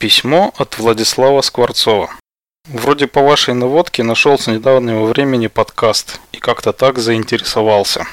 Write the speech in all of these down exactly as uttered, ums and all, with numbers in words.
Письмо от Владислава Скворцова. Вроде по вашей наводке нашел с недавнего времени подкаст и как-то так заинтересовался.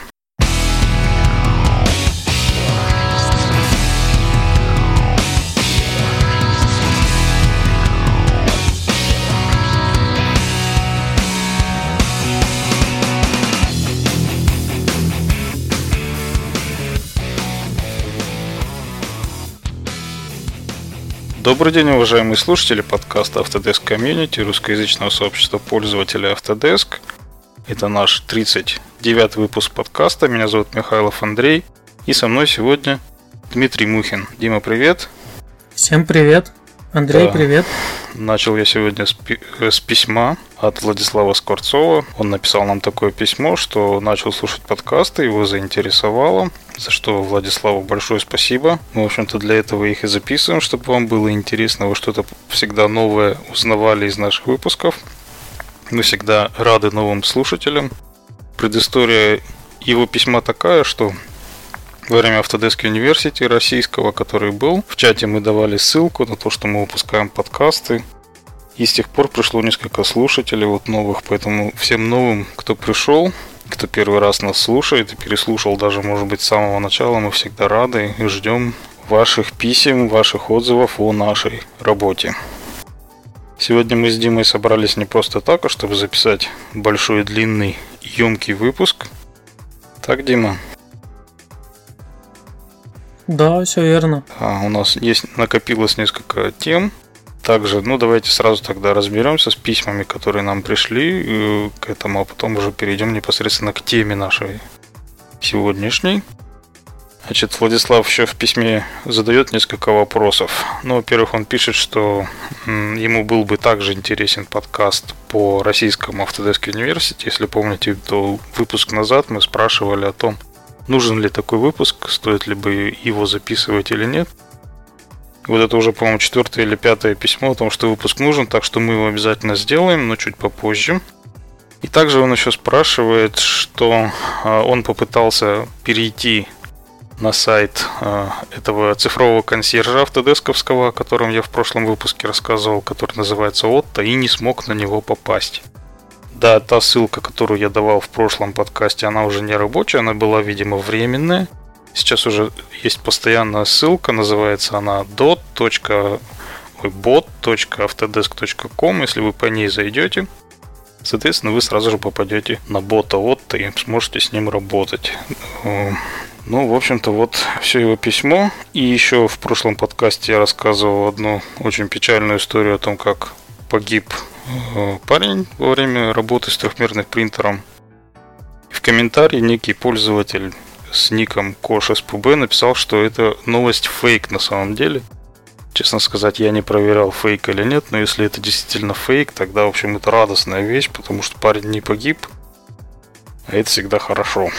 Добрый день, уважаемые слушатели подкаста Autodesk Community, русскоязычного сообщества пользователей Autodesk. Это наш тридцать девятый выпуск подкаста. Меня зовут Михайлов Андрей. И со мной сегодня Дмитрий Мухин. Дима, привет. Всем привет. Андрей, да. Привет. Начал я сегодня с, пи- с письма от Владислава Скворцова. Он написал нам такое письмо, что начал слушать подкасты, его заинтересовало. За что Владиславу большое спасибо. Мы, в общем-то, для этого их и записываем, чтобы вам было интересно, вы что-то всегда новое узнавали из наших выпусков. Мы всегда рады новым слушателям. Предыстория его письма такая, что во время Autodesk University российского, который был, в чате мы давали ссылку на то, что мы выпускаем подкасты. И с тех пор пришло несколько слушателей вот новых, поэтому всем новым, кто пришел, кто первый раз нас слушает и переслушал даже, может быть, с самого начала, мы всегда рады и ждем ваших писем, ваших отзывов о нашей работе. Сегодня мы с Димой собрались не просто так, а чтобы записать большой, длинный, емкий выпуск. Так, Дима? Да, все верно. А, у нас есть накопилось несколько тем. Также, ну давайте сразу тогда разберемся с письмами, которые нам пришли к этому, а потом уже перейдем непосредственно к теме нашей сегодняшней. Значит, Владислав еще в письме задает несколько вопросов. Ну, во-первых, он пишет, что м, ему был бы также интересен подкаст по российскому Autodesk University. Если помните, то выпуск назад мы спрашивали о том, нужен ли такой выпуск, стоит ли бы его записывать или нет. Вот это уже, по-моему, четвертое или пятое письмо о том, что выпуск нужен, так что мы его обязательно сделаем, но чуть попозже. И также он еще спрашивает, что он попытался перейти на сайт этого цифрового консьержа автодесковского, о котором я в прошлом выпуске рассказывал, который называется Otto, и не смог на него попасть. Да, та ссылка, которую я давал в прошлом подкасте, она уже не рабочая, она была, видимо, временная. Сейчас уже есть постоянная ссылка, называется она dot. ой, bot точка autodesk точка com. Если вы по ней зайдете, соответственно, вы сразу же попадете на бота Otto и сможете с ним работать. Ну, в общем-то, вот все его письмо. И еще в прошлом подкасте я рассказывал одну очень печальную историю о том, как погиб парень во время работы с трехмерным принтером. В комментарии некий пользователь с ником KoshSPB написал, что это новость фейк на самом деле. Честно сказать, я не проверял, фейк или нет, но если это действительно фейк, тогда, в общем, это радостная вещь, потому что парень не погиб, а это всегда хорошо.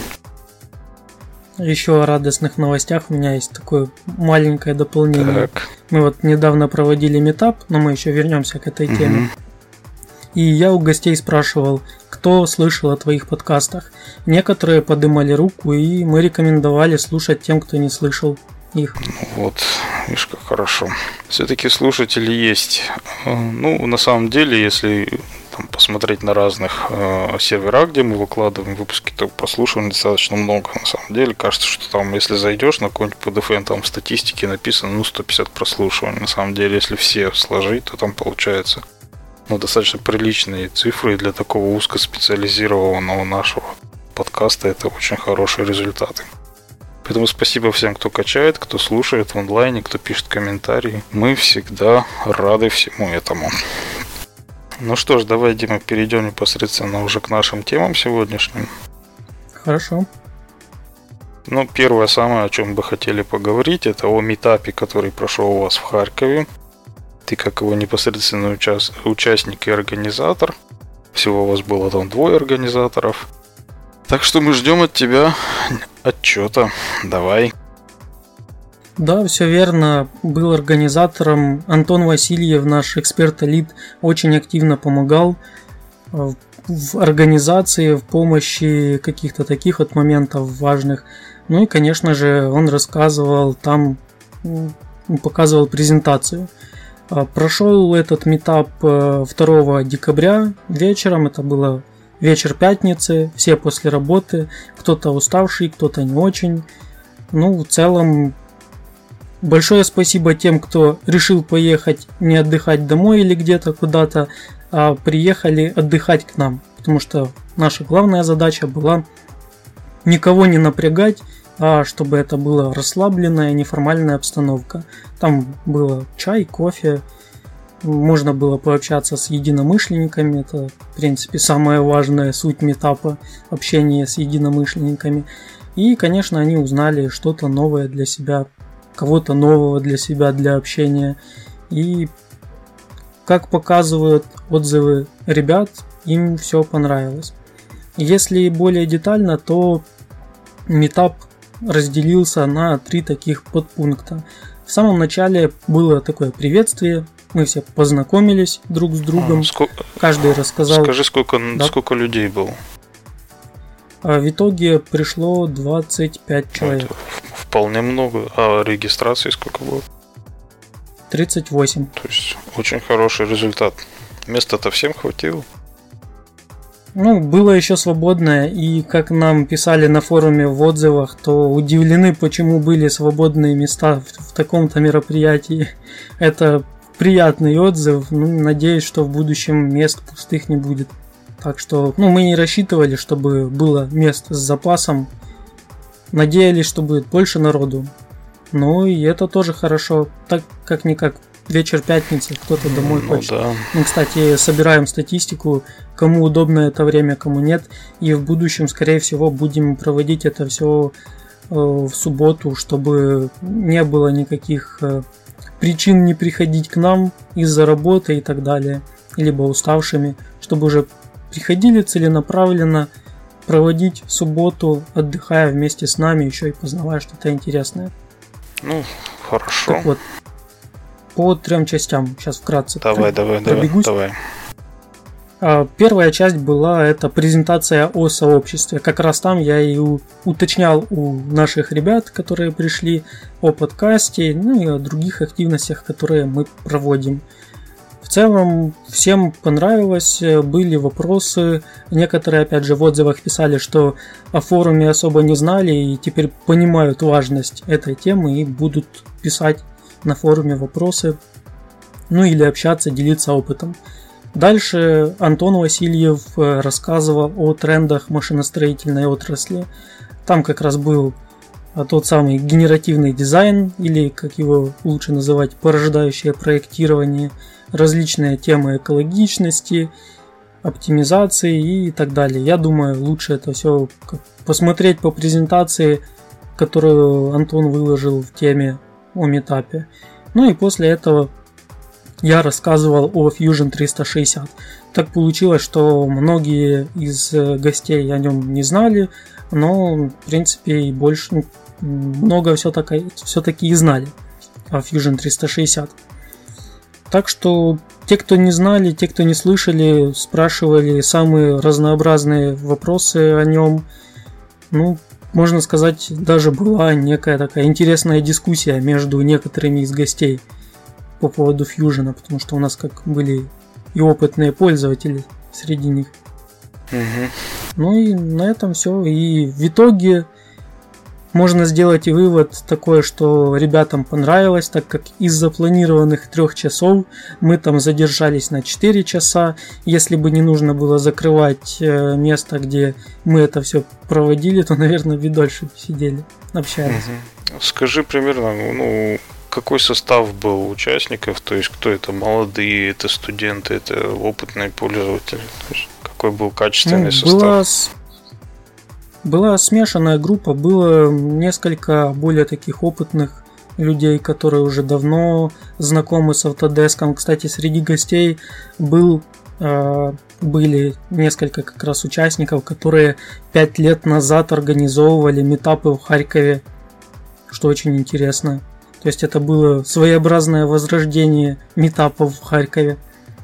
Еще о радостных новостях у меня есть такое маленькое дополнение. Так. Мы вот недавно проводили митап, но мы еще вернемся к этой теме. Угу. И я у гостей спрашивал, кто слышал о твоих подкастах. Некоторые поднимали руку, и мы рекомендовали слушать тем, кто не слышал их. Ну вот, видишь, как хорошо. Все-таки слушатели есть. Ну, на самом деле, если там посмотреть на разных э, серверах, где мы выкладываем выпуски, то прослушиваний достаточно много. На самом деле, кажется, что там, если зайдешь на какой-нибудь пи ди эф, там в статистике написано, ну, сто пятьдесят прослушиваний. На самом деле, если все сложить, то там получается ну, достаточно приличные цифры, и для такого узкоспециализированного нашего подкаста это очень хорошие результаты. Поэтому спасибо всем, кто качает, кто слушает в онлайне, кто пишет комментарии. Мы всегда рады всему этому. Ну что ж, давай, Дима, перейдем непосредственно уже к нашим темам сегодняшним. Хорошо. Ну, первое самое, о чем бы хотели поговорить, это о митапе, который прошел у вас в Харькове. Ты как его непосредственный уча- участник и организатор. Всего у вас было там двое организаторов. Так что мы ждем от тебя отчета. Давай. Да, все верно. Был организатором Антон Васильев, наш эксперт-элит, очень активно помогал в организации, в помощи каких-то таких вот моментов важных. Ну и, конечно же, он рассказывал там, показывал презентацию. Прошел этот митап второго декабря вечером, это было вечер пятницы, все после работы, кто-то уставший, кто-то не очень. Ну, в целом, большое спасибо тем, кто решил поехать не отдыхать домой или где-то куда-то, а приехали отдыхать к нам. Потому что наша главная задача была никого не напрягать, а чтобы это была расслабленная, неформальная обстановка. Там было чай, кофе, можно было пообщаться с единомышленниками. Это, в принципе, самая важная суть митапа – общение с единомышленниками. И, конечно, они узнали что-то новое для себя, кого-то нового для себя, для общения. И, как показывают отзывы ребят, им все понравилось. Если более детально, то митап разделился на три таких подпункта. В самом начале было такое приветствие, мы все познакомились друг с другом, а, сколько... каждый рассказал. Скажи, сколько, да? сколько людей было? А в итоге пришло двадцать пять человек. Это вполне много. А регистрации сколько было? тридцать восемь. То есть очень хороший результат. Места-то всем хватило? Ну, было еще свободное, и как нам писали на форуме в отзывах, то удивлены, почему были свободные места в, в таком-то мероприятии. Это приятный отзыв, ну, надеюсь, что в будущем мест пустых не будет. Так что, ну, мы не рассчитывали, чтобы было мест с запасом, надеялись, что будет больше народу. Ну, и это тоже хорошо, так как-никак. Вечер пятницы, кто-то домой ну, хочет. Да. Мы, кстати, собираем статистику, кому удобно это время, кому нет. И в будущем, скорее всего, будем проводить это все э, в субботу, чтобы не было никаких э, причин не приходить к нам из-за работы и так далее. Либо уставшими, чтобы уже приходили целенаправленно проводить субботу, отдыхая вместе с нами, еще и познавая что-то интересное. Ну, хорошо. Так вот. По трем частям. Сейчас вкратце давай, давай, пробегусь. давай, давай. Первая часть была это презентация о сообществе. Как раз там я и уточнял у наших ребят, которые пришли, о подкасте, ну и о других активностях, которые мы проводим. В целом всем понравилось, были вопросы. Некоторые, опять же, в отзывах писали, что о форуме особо не знали и теперь понимают важность этой темы и будут писать на форуме вопросы, ну или общаться, делиться опытом. Дальше Антон Васильев рассказывал о трендах машиностроительной отрасли. Там как раз был тот самый генеративный дизайн, или как его лучше называть, порождающее проектирование, различные темы экологичности, оптимизации и так далее. Я думаю, лучше это все посмотреть по презентации, которую Антон выложил в теме о митапе. Ну и после этого я рассказывал о Fusion триста шестьдесят. Так получилось, что многие из гостей о нем не знали, но в принципе и больше много все-таки, все-таки и знали о Fusion триста шестьдесят. Так что те, кто не знали, те, кто не слышали, спрашивали самые разнообразные вопросы о нем. Ну, можно сказать, даже была некая такая интересная дискуссия между некоторыми из гостей по поводу Fusion, потому что у нас как были и опытные пользователи среди них. Угу. Ну и на этом все. И в итоге можно сделать и вывод такой, что ребятам понравилось, так как из запланированных трех часов мы там задержались на четыре часа. Если бы не нужно было закрывать место, где мы это все проводили, то, наверное, бы дольше сидели, общались. Угу. Скажи примерно, ну, какой состав был участников, то есть кто это, молодые, это студенты, это опытные пользователи, то есть какой был качественный ну, состав? Была... Была смешанная группа, было несколько более таких опытных людей, которые уже давно знакомы с Autodesk. Кстати, среди гостей был, э, были несколько как раз участников, которые пять лет назад организовывали митапы в Харькове, что очень интересно. То есть это было своеобразное возрождение митапов в Харькове.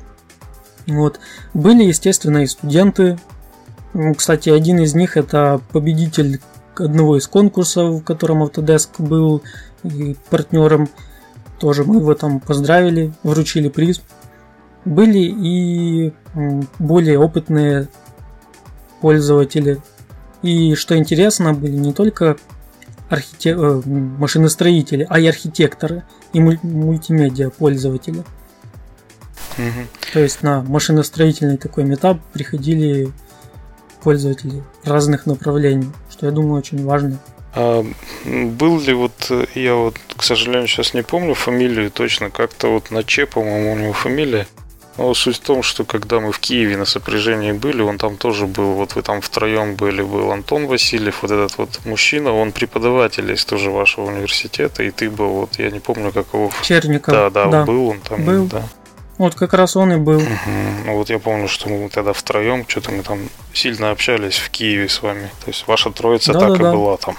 Вот. Были, естественно, и студенты. Кстати, один из них это победитель одного из конкурсов, в котором Autodesk был партнером. тоже мы его там поздравили, вручили приз. Были и более опытные пользователи. И что интересно, были не только архитек... машиностроители, а и архитекторы, и мультимедиа пользователи. Угу. То есть на машиностроительный такой митап приходили пользователи разных направлений, что я думаю очень важно. А был ли вот, я вот, к сожалению, сейчас не помню фамилию точно, как-то вот на Че, по-моему, у него фамилия. Но суть в том, что когда мы в Киеве на сопряжении были, он там тоже был, вот вы там втроем были, был Антон Васильев, вот этот вот мужчина, он преподаватель из тоже вашего университета, и ты был, вот я не помню, как его... Черников. Да, да, да. был он там. Был. Да. Вот как раз он и был. Угу. Ну вот я помню, что мы тогда втроем, что-то мы там сильно общались в Киеве с вами. То есть ваша троица да, так да, и да. была там.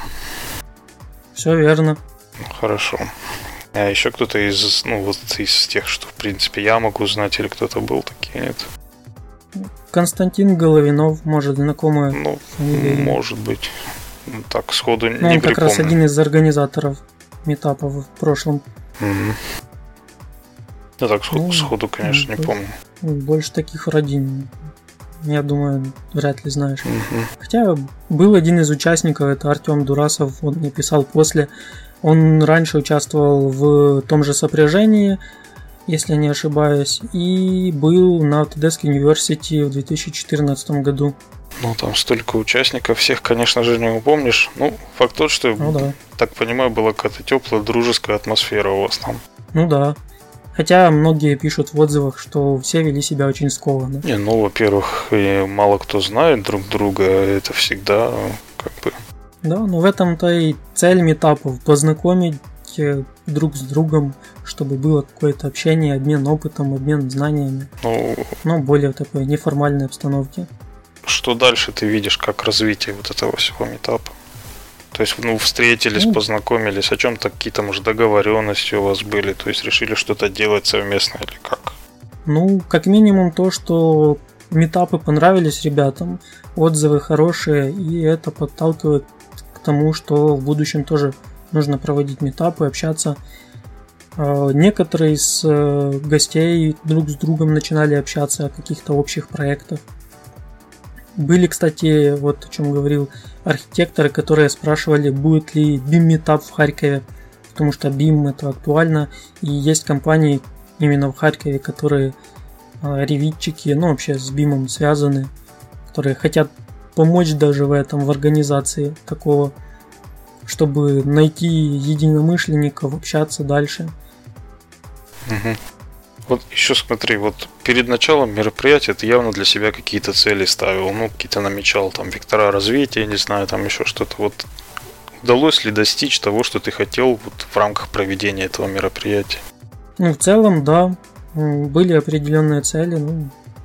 Все верно. Хорошо. А еще кто-то из, ну вот из тех, что в принципе я могу знать, или кто-то был, такие нет? Константин Головинов, может, знакомый. Ну, фамилия. может быть. Ну, так, сходу Ну, не он как припомню. раз один из организаторов митапов в прошлом. Угу. Я так сходу, Ну, сходу конечно, ну, не помню. Больше таких вроде, я думаю, вряд ли знаешь. Угу. Хотя был один из участников, это Артем Дурасов, он мне писал после. Он раньше участвовал в том же сопряжении, если не ошибаюсь, и был на Autodesk University в две тысячи четырнадцатом году. Ну, там столько участников, всех, конечно же, не упомнишь. Ну, факт тот, что, Ну да. так понимаю, была какая-то теплая, дружеская атмосфера у вас там. Ну да. Хотя многие пишут в отзывах, что все вели себя очень скованно. Не, ну, во-первых, и мало кто знает друг друга, это всегда как бы... Да, но в этом-то и цель митапов – познакомить друг с другом, чтобы было какое-то общение, обмен опытом, обмен знаниями, Ну, но более в такой неформальной обстановке. что дальше ты видишь, как развитие вот этого всего митапа? То есть, ну, встретились, Ну. познакомились, о чем-то какие-то, может, договоренности у вас были, то есть решили что-то делать совместно или как? Ну, как минимум то, что митапы понравились ребятам, отзывы хорошие, и это подталкивает к тому, что в будущем тоже нужно проводить митапы, общаться. Некоторые из гостей друг с другом начинали общаться о каких-то общих проектах. Были, кстати, вот о чем говорил, архитекторы, которые спрашивали, будет ли бим митап в Харькове, потому что бим это актуально, и есть компании именно в Харькове, которые ревитчики, ну вообще с бимом связаны, которые хотят помочь даже в этом, в организации такого, чтобы найти единомышленников, общаться дальше. Угу. Вот еще смотри, вот перед началом мероприятия ты явно для себя какие-то цели ставил, ну, какие-то намечал, там, вектора развития, не знаю, там еще что-то. Вот удалось ли достичь того, что ты хотел вот в рамках проведения этого мероприятия? Ну, в целом, да, были определенные цели, ну,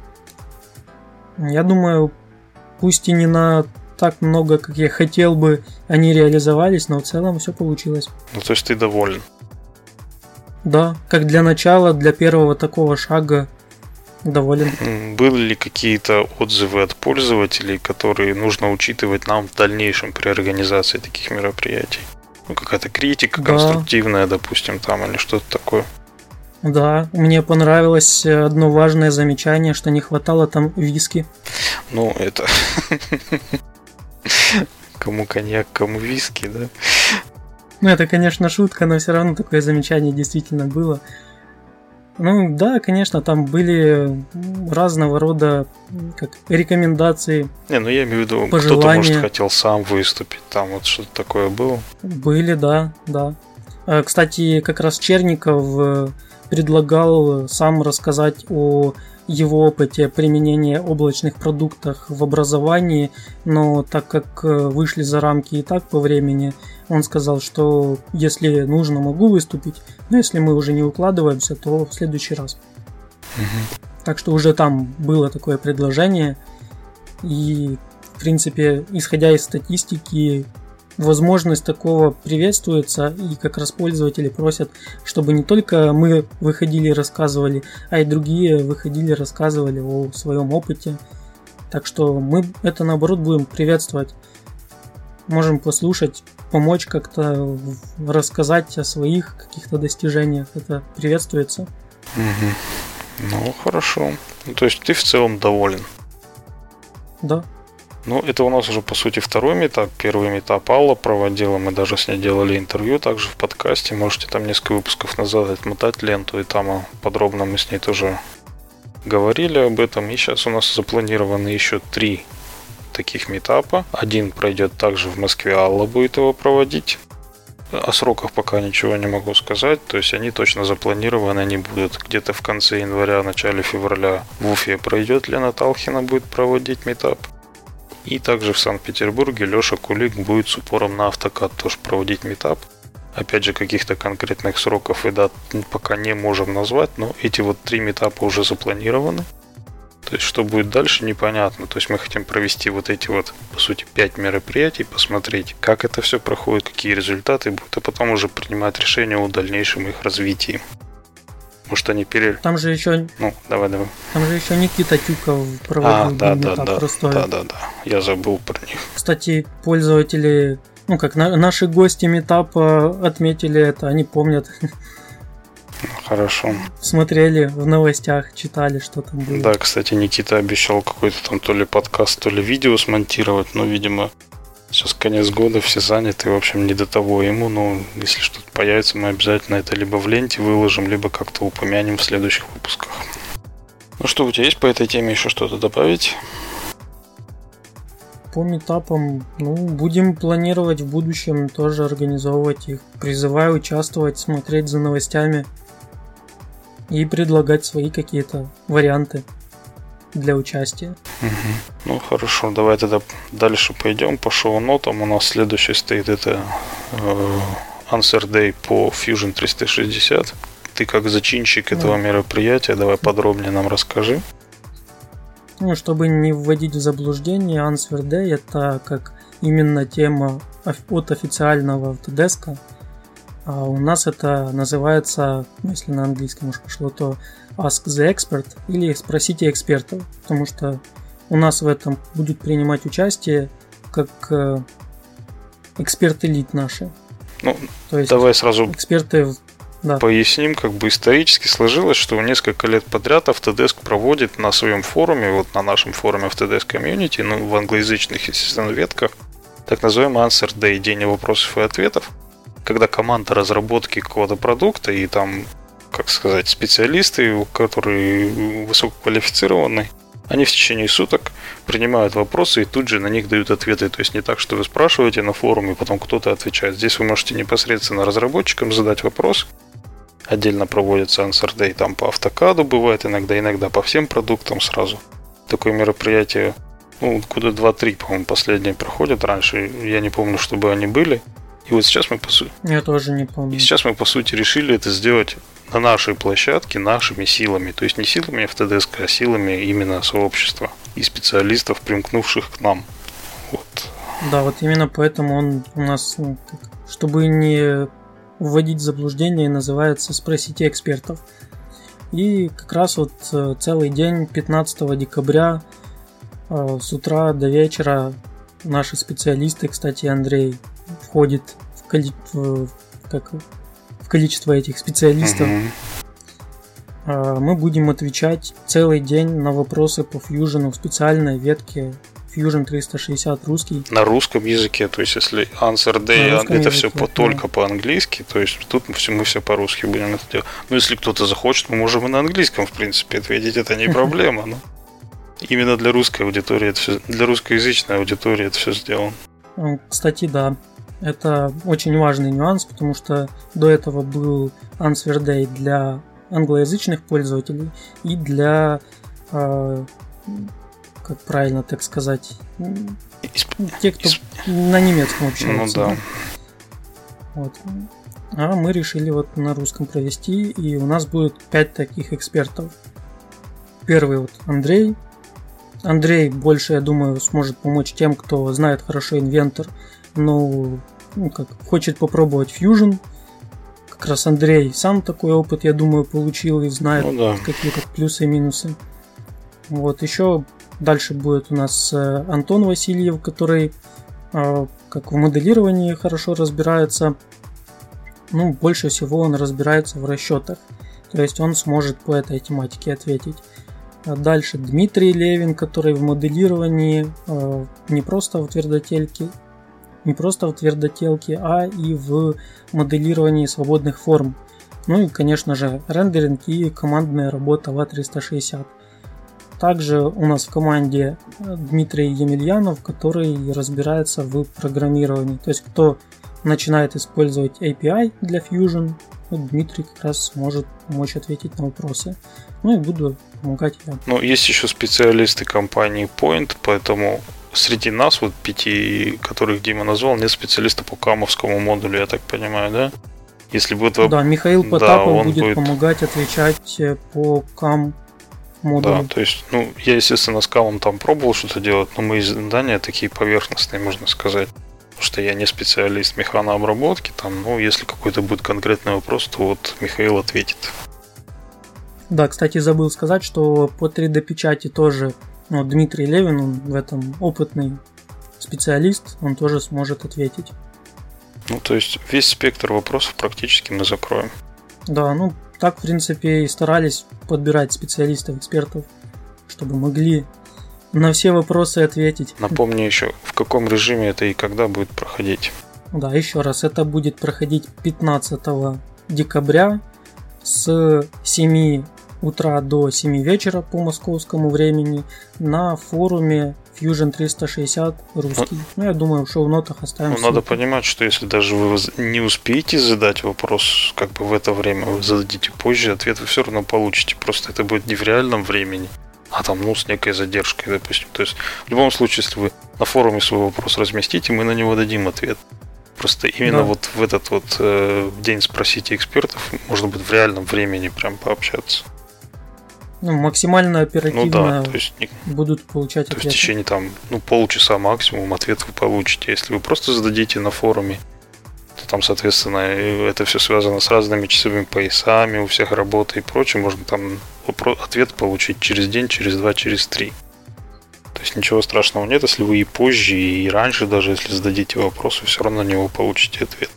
я думаю, пусть и не на так много, как я хотел бы, они реализовались, но в целом все получилось. Ну, то есть ты доволен? Да, как для начала, для первого такого шага доволен. Были ли какие-то отзывы от пользователей, которые нужно учитывать нам в дальнейшем при организации таких мероприятий? Ну, какая-то критика Да. конструктивная, допустим, там, или что-то такое? Да, мне понравилось одно важное замечание, что не хватало там виски. Ну, это... Кому коньяк, кому виски, да? Ну, это, конечно, шутка, но все равно такое замечание действительно было. Ну, да, конечно, там были разного рода как рекомендации. Не, ну я имею в виду, Пожелания. кто-то, может, хотел сам выступить, там вот что-то такое было. Были, да, да. А, Кстати, как раз Черников э, предлагал сам рассказать о его опыте применения облачных продуктов в образовании, но так как э, вышли за рамки и так по времени, он сказал, что если нужно, могу выступить, но если мы уже не укладываемся, то в следующий раз. Угу. Так что уже там было такое предложение, и, в принципе, исходя из статистики, возможность такого приветствуется, и как раз пользователи просят, чтобы не только мы выходили и рассказывали, а и другие выходили и рассказывали о своем опыте. Так что мы это, наоборот, будем приветствовать. Можем послушать, помочь как-то рассказать о своих каких-то достижениях. Это приветствуется. Угу. Ну, хорошо. Ну, то есть ты в целом доволен? Да. Ну, это у нас уже, по сути, второй метап. Первый метап Алла проводила, мы даже с ней делали интервью также в подкасте. Можете там несколько выпусков назад отмотать ленту, и там подробно мы с ней тоже говорили об этом. И сейчас у нас запланированы еще три таких метапа. Один пройдет также в Москве, Алла будет его проводить. О сроках пока ничего не могу сказать. То есть они точно запланированы, они будут где-то в конце января, начале февраля в Уфе пройдет. Лена Талхина будет проводить метап. И также в Санкт-Петербурге Леша Кулик будет с упором на автокад тоже проводить метап. Опять же, каких-то конкретных сроков и дат пока не можем назвать, но эти вот три метапа уже запланированы. То есть, что будет дальше, непонятно. То есть, мы хотим провести вот эти вот, по сути, пять мероприятий, посмотреть, как это все проходит, какие результаты будут, а потом уже принимать решение о дальнейшем их развитии. Может, они пере... Там же еще... Ну, давай, давай. Там же еще Никита Тюков проводил а, да, метап да, в Ростове. Да, да, да. Я забыл про них. Кстати, пользователи, ну как на, наши гости метапа отметили это, они помнят. Хорошо. Смотрели в новостях, читали, что там было. Да, кстати, Никита обещал какой-то там то ли подкаст, то ли видео смонтировать, но, видимо, сейчас конец года, все заняты, в общем, не до того ему, но если что-то появится, мы обязательно это либо в ленте выложим, либо как-то упомянем в следующих выпусках. Ну что, у тебя есть по этой теме еще что-то добавить? По метапам, ну, будем планировать в будущем тоже организовывать их. Призываю участвовать, смотреть за новостями и предлагать свои какие-то варианты для участия. Угу. Ну хорошо, давай тогда дальше пойдем по шоу-нотам. У нас следующий стоит это э, Answer Day по Fusion триста шестьдесят. Ты как зачинщик этого да. мероприятия, давай подробнее нам расскажи. Ну, чтобы не вводить в заблуждение, Answer Day это как именно тема от официального Autodesk. А у нас это называется, если на английском уж пошло, то Ask the Expert или Спросите экспертов, потому что у нас в этом будет принимать участие как э, эксперты-лид наши. Ну, то есть давай сразу эксперты, да. поясним, как бы исторически сложилось, что несколько лет подряд Autodesk проводит на своем форуме, вот на нашем форуме Autodesk Community, ну, в англоязычных, естественно, ветках, так называемый Answer Day, день вопросов и ответов, когда команда разработки какого-то продукта и там, как сказать, специалисты, которые высококвалифицированные, они в течение суток принимают вопросы и тут же на них дают ответы. То есть не так, что вы спрашиваете на форуме, потом кто-то отвечает. Здесь вы можете непосредственно разработчикам задать вопрос. Отдельно проводится Answer Day там по автокаду бывает иногда, иногда по всем продуктам сразу. Такое мероприятие, ну, года два-три, по-моему, последние проходят. Раньше я не помню, чтобы они были. И вот сейчас мы по сути... Я тоже не помню. И сейчас мы, по сути, решили это сделать на нашей площадке, нашими силами. То есть не силами Autodesk, а силами именно сообщества и специалистов, примкнувших к нам. Вот. Да, вот именно поэтому он у нас, ну, чтобы не вводить в заблуждение, называется «Спросите экспертов». И как раз вот целый день, пятнадцатого декабря, с утра до вечера наши специалисты, кстати, Андрей входит в, коли... в... Как... в количество этих специалистов. Uh-huh. Мы будем отвечать целый день на вопросы по Fusion в специальной ветке Fusion триста шестьдесят русский. На русском языке, то есть если Answer Day это языке, все по, да. только по-английски, то есть тут мы все, мы все по-русски будем это делать. Ну, если кто-то захочет, мы можем и на английском, в принципе, ответить, это не проблема. Но именно для русской аудитории, это все, для русскоязычной аудитории это все сделано. Кстати, да. Это очень важный нюанс, потому что до этого был Answer Day для англоязычных пользователей и для, э, как правильно так сказать, тех, кто на немецком общается. Ну да. Вот. А мы решили вот на русском провести, и у нас будет пять таких экспертов. Первый вот Андрей. Андрей больше, я думаю, сможет помочь тем, кто знает хорошо инвентор, но ну, как, хочет попробовать Fusion. Как раз Андрей сам такой опыт, я думаю, получил и знает ну, да. какие-то плюсы и минусы. Вот, еще дальше будет у нас Антон Васильев, который как как в моделировании хорошо разбирается, ну, больше всего он разбирается в расчетах. То есть он сможет по этой тематике ответить. А дальше Дмитрий Левин, который в моделировании э, не просто в твердотельке, не просто в твердотелке, а и в моделировании свободных форм. Ну и, конечно же, рендеринг и командная работа в а триста шестьдесят. Также у нас в команде Дмитрий Емельянов, который разбирается в программировании. То есть, кто начинает использовать эй пи ай для Fusion, вот Дмитрий как раз сможет помочь ответить на вопросы. Ну и буду помогать я. Ну, есть еще специалисты компании Point, поэтому среди нас, вот пяти, которых Дима назвал, нет специалиста по камовскому модулю, я так понимаю, да? Если будет... Да, Михаил Потапов да, будет, будет помогать отвечать по кам модулю. Да, то есть, ну, я, естественно, с камом там пробовал что-то делать, но мои задания такие поверхностные, можно сказать. Потому что я не специалист механообработки, там, ну, если какой-то будет конкретный вопрос, то вот Михаил ответит. Да, кстати, забыл сказать, что по три дэ-печати тоже, ну, Дмитрий Левин, он в этом опытный специалист, он тоже сможет ответить. Ну, то есть, весь спектр вопросов практически мы закроем. Да, ну, так, в принципе, и старались подбирать специалистов, экспертов, чтобы могли на все вопросы ответить. Напомни еще, в каком режиме это и когда будет проходить. Да, еще раз, это будет проходить пятнадцатого декабря с семи утра до семи вечера по московскому времени на форуме Fusion триста шестьдесят русский. Ну, ну я думаю, в шоу-нотах оставим. Ну, надо понимать, что если даже вы не успеете задать вопрос как бы в это время, вы зададите позже, ответ вы все равно получите. Просто это будет не в реальном времени, а там, ну, с некой задержкой, допустим. То есть, в любом случае, если вы на форуме свой вопрос разместите, мы на него дадим ответ. Просто именно да. вот в этот вот э, день спросите экспертов, можно будет в реальном времени прям пообщаться. Ну, максимально оперативно ну, да, то есть, будут получать то ответы. То есть в течение там, ну, полчаса максимум ответ вы получите. Если вы просто зададите на форуме, то там, соответственно, это все связано с разными часовыми поясами, у всех работа и прочее. Можно там ответ получить через день, через два, через три. То есть ничего страшного нет, если вы и позже, и раньше, даже если зададите вопрос, вы все равно на него получите ответ.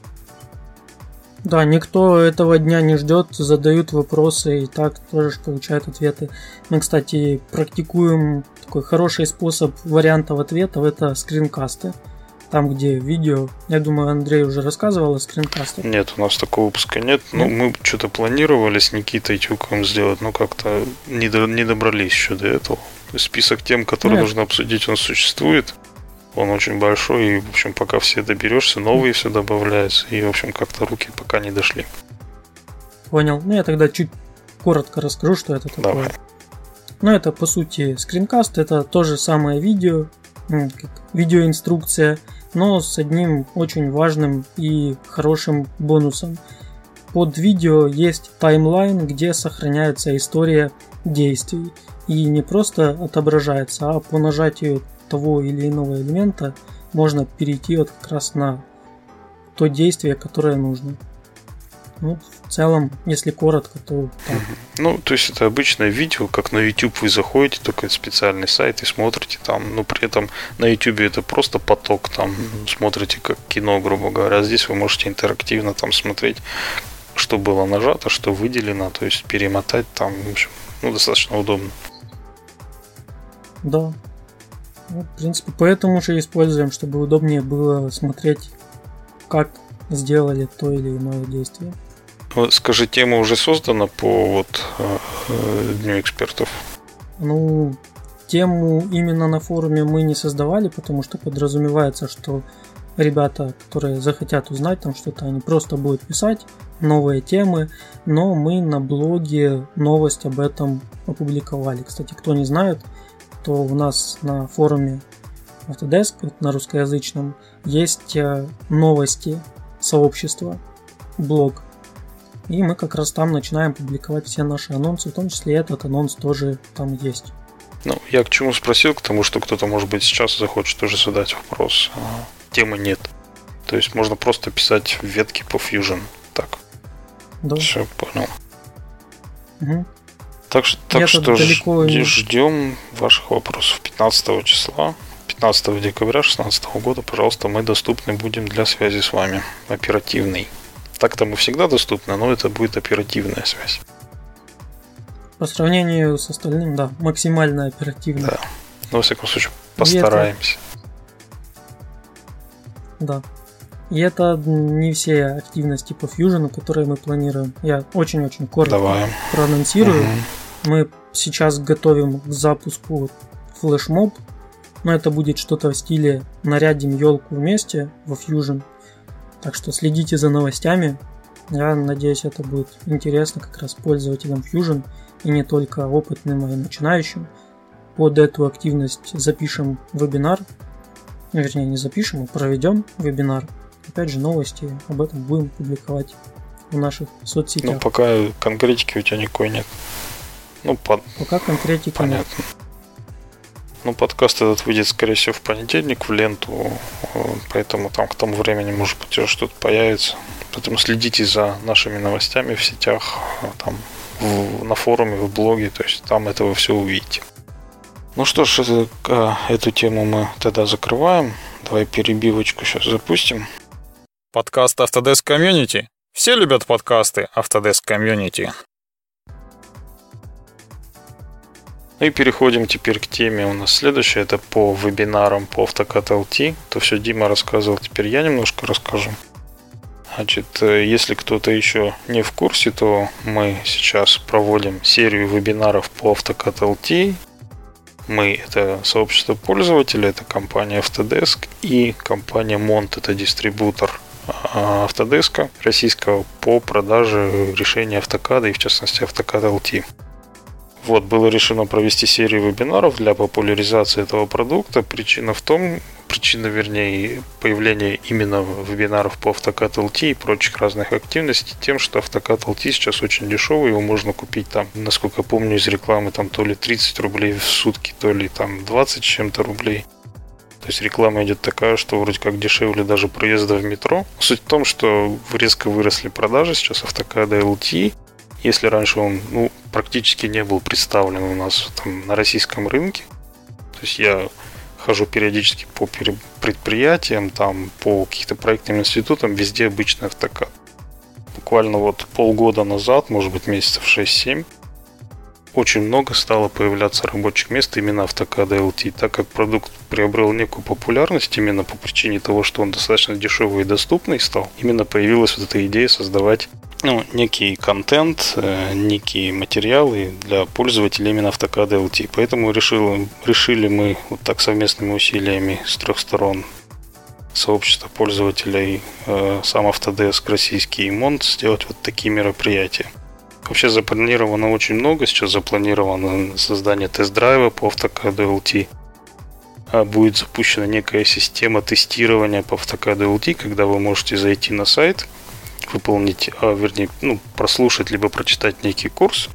Да, никто этого дня не ждет, задают вопросы и так тоже получают ответы. Мы, кстати, практикуем такой хороший способ вариантов ответов, это скринкасты. Там, где видео, я думаю, Андрей уже рассказывал о скринкастах. Нет, у нас такого выпуска нет. Ну, мы что-то планировали с Никитой Тюковым сделать, но как-то не, до, не добрались еще до этого. Список тем, которые нет. нужно обсудить, он существует. Он очень большой, и, в общем, пока все доберешься, новые все добавляются, и, в общем, как-то руки пока не дошли. Понял. Ну, я тогда чуть коротко расскажу, что это такое. Давай. Ну, это, по сути, скринкаст, это то же самое видео, как видеоинструкция, но с одним очень важным и хорошим бонусом. Под видео есть таймлайн, где сохраняется история действий, и не просто отображается, а по нажатию того или иного элемента можно перейти вот как раз на то действие, которое нужно. Ну, в целом, если коротко, то так. Ну, то есть это обычное видео, как на YouTube вы заходите, только специальный сайт и смотрите там, но при этом на YouTube это просто поток, там смотрите как кино, грубо говоря. Здесь вы можете интерактивно там смотреть, что было нажато, что выделено, то есть перемотать там, в общем, ну, достаточно удобно. Да. Ну, в принципе, поэтому же используем, чтобы удобнее было смотреть, как сделали то или иное действие. Скажи, тема уже создана по вот э, Дню экспертов? Ну, тему именно на форуме мы не создавали, потому что подразумевается, что ребята, которые захотят узнать там что-то, они просто будут писать новые темы, но мы на блоге новость об этом опубликовали. Кстати, кто не знает, то у нас на форуме Autodesk, на русскоязычном, есть новости сообщества, блог. И мы как раз там начинаем публиковать все наши анонсы, в том числе этот анонс тоже там есть. Ну, я к чему спросил, к тому, что кто-то, может быть, сейчас захочет тоже задать вопрос. А темы нет. То есть можно просто писать в ветке по Fusion. Так. Да. Все, понял. Угу. Так, так что далеко... ждем ваших вопросов пятнадцатого числа. пятнадцатого декабря две тысячи шестнадцатого года, пожалуйста, мы доступны будем для связи с вами. Оперативной. Так-то мы всегда доступны, но это будет оперативная связь. По сравнению с остальным, да, максимально оперативно. Да. Но, во всяком случае, постараемся. Это... Да. И это не все активности по Fusion, которые мы планируем. Я очень-очень коротко Давай. проанонсирую. Угу. Мы сейчас готовим к запуску флешмоб, но это будет что-то в стиле «нарядим елку вместе» во Fusion. Так что следите за новостями. Я надеюсь, это будет интересно как раз пользователям Fusion и не только опытным, а и начинающим. Под эту активность запишем вебинар. Вернее, не запишем, а проведем вебинар. Опять же, новости об этом будем публиковать в наших соцсетях. Ну, пока конкретики у тебя никакой нет. Ну, под... Пока конкретики Понятно. Нет. Ну, подкаст этот выйдет, скорее всего, в понедельник в ленту. Поэтому там к тому времени, может быть, уже что-то появится. Поэтому следите за нашими новостями в сетях, там, в, на форуме, в блоге. То есть там это вы все увидите. Ну что ж, это, эту тему мы тогда закрываем. Давай перебивочку сейчас запустим. Подкаст Autodesk Community. Все любят подкасты Autodesk Community. Ну и переходим теперь к теме у нас следующая. Это по вебинарам по AutoCAD эл ти. То все Дима рассказывал, теперь я немножко расскажу. Значит, если кто-то еще не в курсе, то мы сейчас проводим серию вебинаров по AutoCAD эл ти. Мы — это сообщество пользователей, это компания Autodesk и компания Mont, это дистрибутор Autodesk российского по продаже решений AutoCAD и в частности AutoCAD эл ти. Вот, было решено провести серию вебинаров для популяризации этого продукта. Причина в том, причина, вернее, появления именно вебинаров по AutoCAD эл ти и прочих разных активностей тем, что AutoCAD эл ти сейчас очень дешевый, его можно купить там, насколько помню из рекламы, там то ли тридцать рублей в сутки, то ли там двадцать с чем-то рублей. То есть реклама идет такая, что вроде как дешевле даже проезда в метро. Суть в том, что резко выросли продажи сейчас AutoCAD эл ти. Если раньше он ну, практически не был представлен у нас там, на российском рынке, то есть я хожу периодически по предприятиям, там, по каким-то проектным институтам, везде обычный AutoCAD. Буквально вот полгода назад, может быть месяцев шесть-семь, очень много стало появляться рабочих мест именно AutoCAD эл ти, так как продукт приобрел некую популярность именно по причине того, что он достаточно дешевый и доступный стал. Именно появилась вот эта идея создавать ну, некий контент, э, некие материалы для пользователей именно AutoCAD эл ти. Поэтому решил, решили мы вот так совместными усилиями с трех сторон сообщества пользователей, э, сам Autodesk российский и Mont сделать вот такие мероприятия. Вообще запланировано очень много. Сейчас запланировано создание тест-драйва по AutoCAD эл ти. Будет запущена некая система тестирования по AutoCAD эл ти, когда вы можете зайти на сайт, выполнить, а, вернее, ну, прослушать либо прочитать некий курс,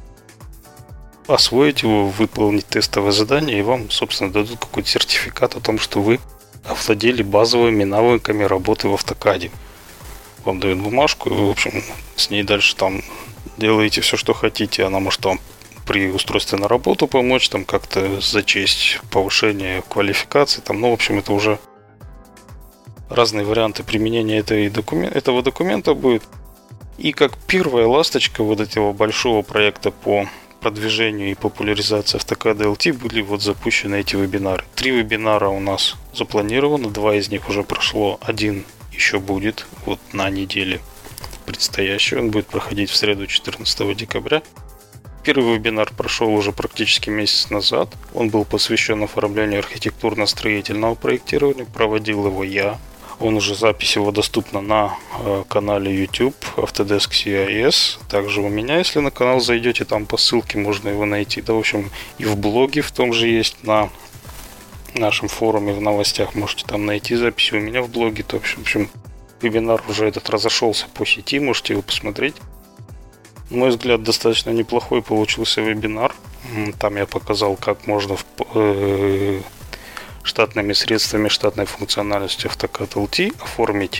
освоить его, выполнить тестовое задание, и вам, собственно, дадут какой-то сертификат о том, что вы овладели базовыми навыками работы в AutoCAD. Вам дают бумажку, и вы, в общем, с ней дальше там делаете все, что хотите. Она может вам при устройстве на работу помочь, там как-то зачесть повышение квалификации, там, ну, в общем, это уже разные варианты применения этой документ, этого документа будет. И как первая ласточка вот этого большого проекта по продвижению и популяризации AutoCAD эл ти были вот запущены эти вебинары. Три вебинара у нас запланировано, два из них уже прошло, один еще будет вот на неделе предстоящий. Он будет проходить в среду четырнадцатого декабря. Первый вебинар прошел уже практически месяц назад. Он был посвящен оформлению архитектурно-строительного проектирования. Проводил его я. Он уже, запись его доступна на э, канале YouTube Autodesk си ай эс. Также у меня, если на канал зайдете, там по ссылке можно его найти. Да, в общем, и в блоге в том же есть, на нашем форуме в новостях можете там найти записи. У меня в блоге, то, в общем, в общем вебинар уже этот разошелся по сети, можете его посмотреть. На мой взгляд, достаточно неплохой получился вебинар. Там я показал, как можно в, э, штатными средствами, штатной функциональностью AutoCAD эл ти оформить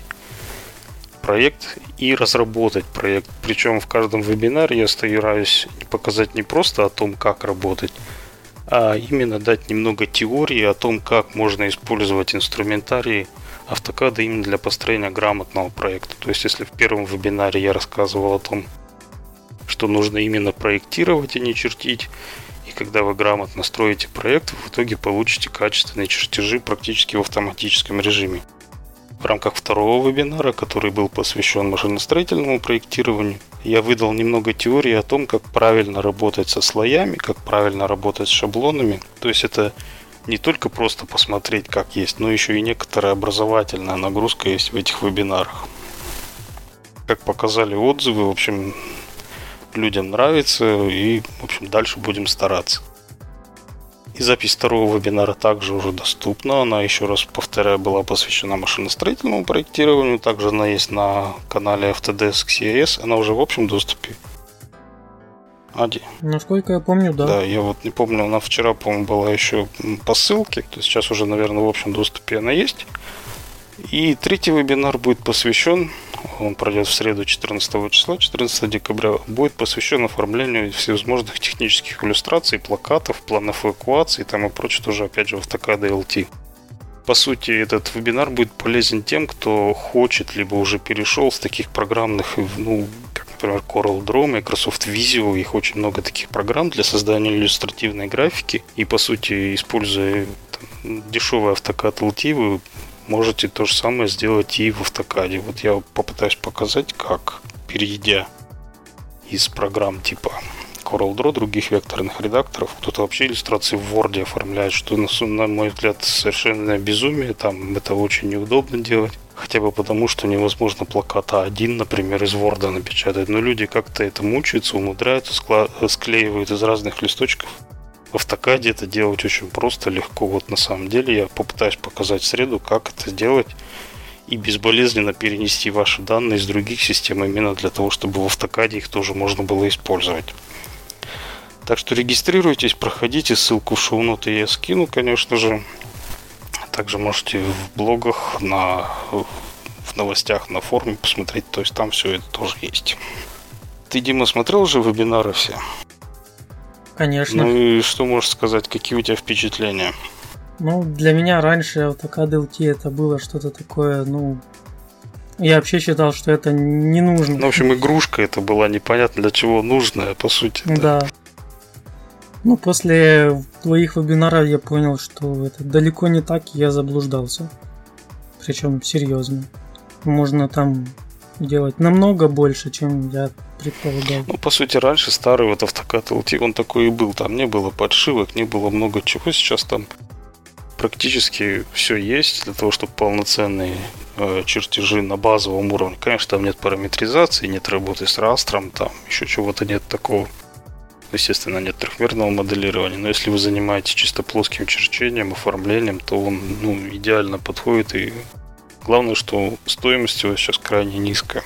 проект и разработать проект. Причем в каждом вебинаре я стараюсь показать не просто о том, как работать, а именно дать немного теории о том, как можно использовать инструментарий автокада именно для построения грамотного проекта. То есть, если в первом вебинаре я рассказывал о том, что нужно именно проектировать, а не чертить, и когда вы грамотно строите проект, вы в итоге получите качественные чертежи практически в автоматическом режиме. В рамках второго вебинара, который был посвящен машиностроительному проектированию, я выдал немного теории о том, как правильно работать со слоями, как правильно работать с шаблонами. То есть это не только просто посмотреть, как есть, но еще и некоторая образовательная нагрузка есть в этих вебинарах. Как показали отзывы, в общем, людям нравится, и, в общем, дальше будем стараться. И запись второго вебинара также уже доступна. Она, еще раз повторяю, была посвящена машиностроительному проектированию. Также она есть на канале Autodesk си эй эс. Она уже в общем доступе. Ади. Насколько я помню, да. Да, я вот не помню, она вчера, по-моему, была еще по ссылке. То есть сейчас уже, наверное, в общем доступе она есть. И третий вебинар будет посвящен, он пройдет в среду четырнадцатого числа, четырнадцатого декабря, будет посвящен оформлению всевозможных технических иллюстраций, плакатов, планов эвакуации и тому прочее, тоже опять же в автокад эл ти. По сути, этот вебинар будет полезен тем, кто хочет, либо уже перешел с таких программных, ну, как, например, CorelDRAW, Microsoft Visio, их очень много таких программ для создания иллюстративной графики, и по сути, используя там, дешевый автокад эл ти, вы можете то же самое сделать и в автокаде. Вот я попытаюсь показать, как, перейдя из программ типа CorelDRAW, других векторных редакторов, кто-то вообще иллюстрации в Word оформляет, что, на мой взгляд, совершенно безумие. Там это очень неудобно делать. Хотя бы потому, что невозможно плакат а один, например, из Word напечатать. Но люди как-то это мучаются, умудряются, скла- склеивают из разных листочков. В автокаде это делать очень просто, легко. Вот на самом деле я попытаюсь показать в среду, как это сделать и безболезненно перенести ваши данные из других систем именно для того, чтобы в автокаде их тоже можно было использовать. Так что регистрируйтесь, проходите, ссылку в шоу-ноты я скину, конечно же. Также можете в блогах, на, в новостях, на форуме посмотреть, то есть там все это тоже есть. Ты, Дима, смотрел уже вебинары все? Конечно. Ну и что можешь сказать, какие у тебя впечатления? Ну, для меня раньше автокад эл ти это было что-то такое, ну... Я вообще считал, что это не нужно. Ну, в общем, игрушка это была непонятно для чего нужная, по сути. Да. да. Ну, после твоих вебинаров я понял, что это далеко не так, и я заблуждался. Причем серьезно. Можно там делать намного больше, чем я предполагал. Ну, по сути, раньше старый вот автокад эл ти, он такой и был. Там не было подшивок, не было много чего. Сейчас там практически все есть для того, чтобы полноценные э, чертежи на базовом уровне. Конечно, там нет параметризации, нет работы с растром, там еще чего-то нет такого. Естественно, нет трехмерного моделирования, но если вы занимаетесь чисто плоским черчением, оформлением, то он ну, идеально подходит. И главное, что стоимость его сейчас крайне низкая.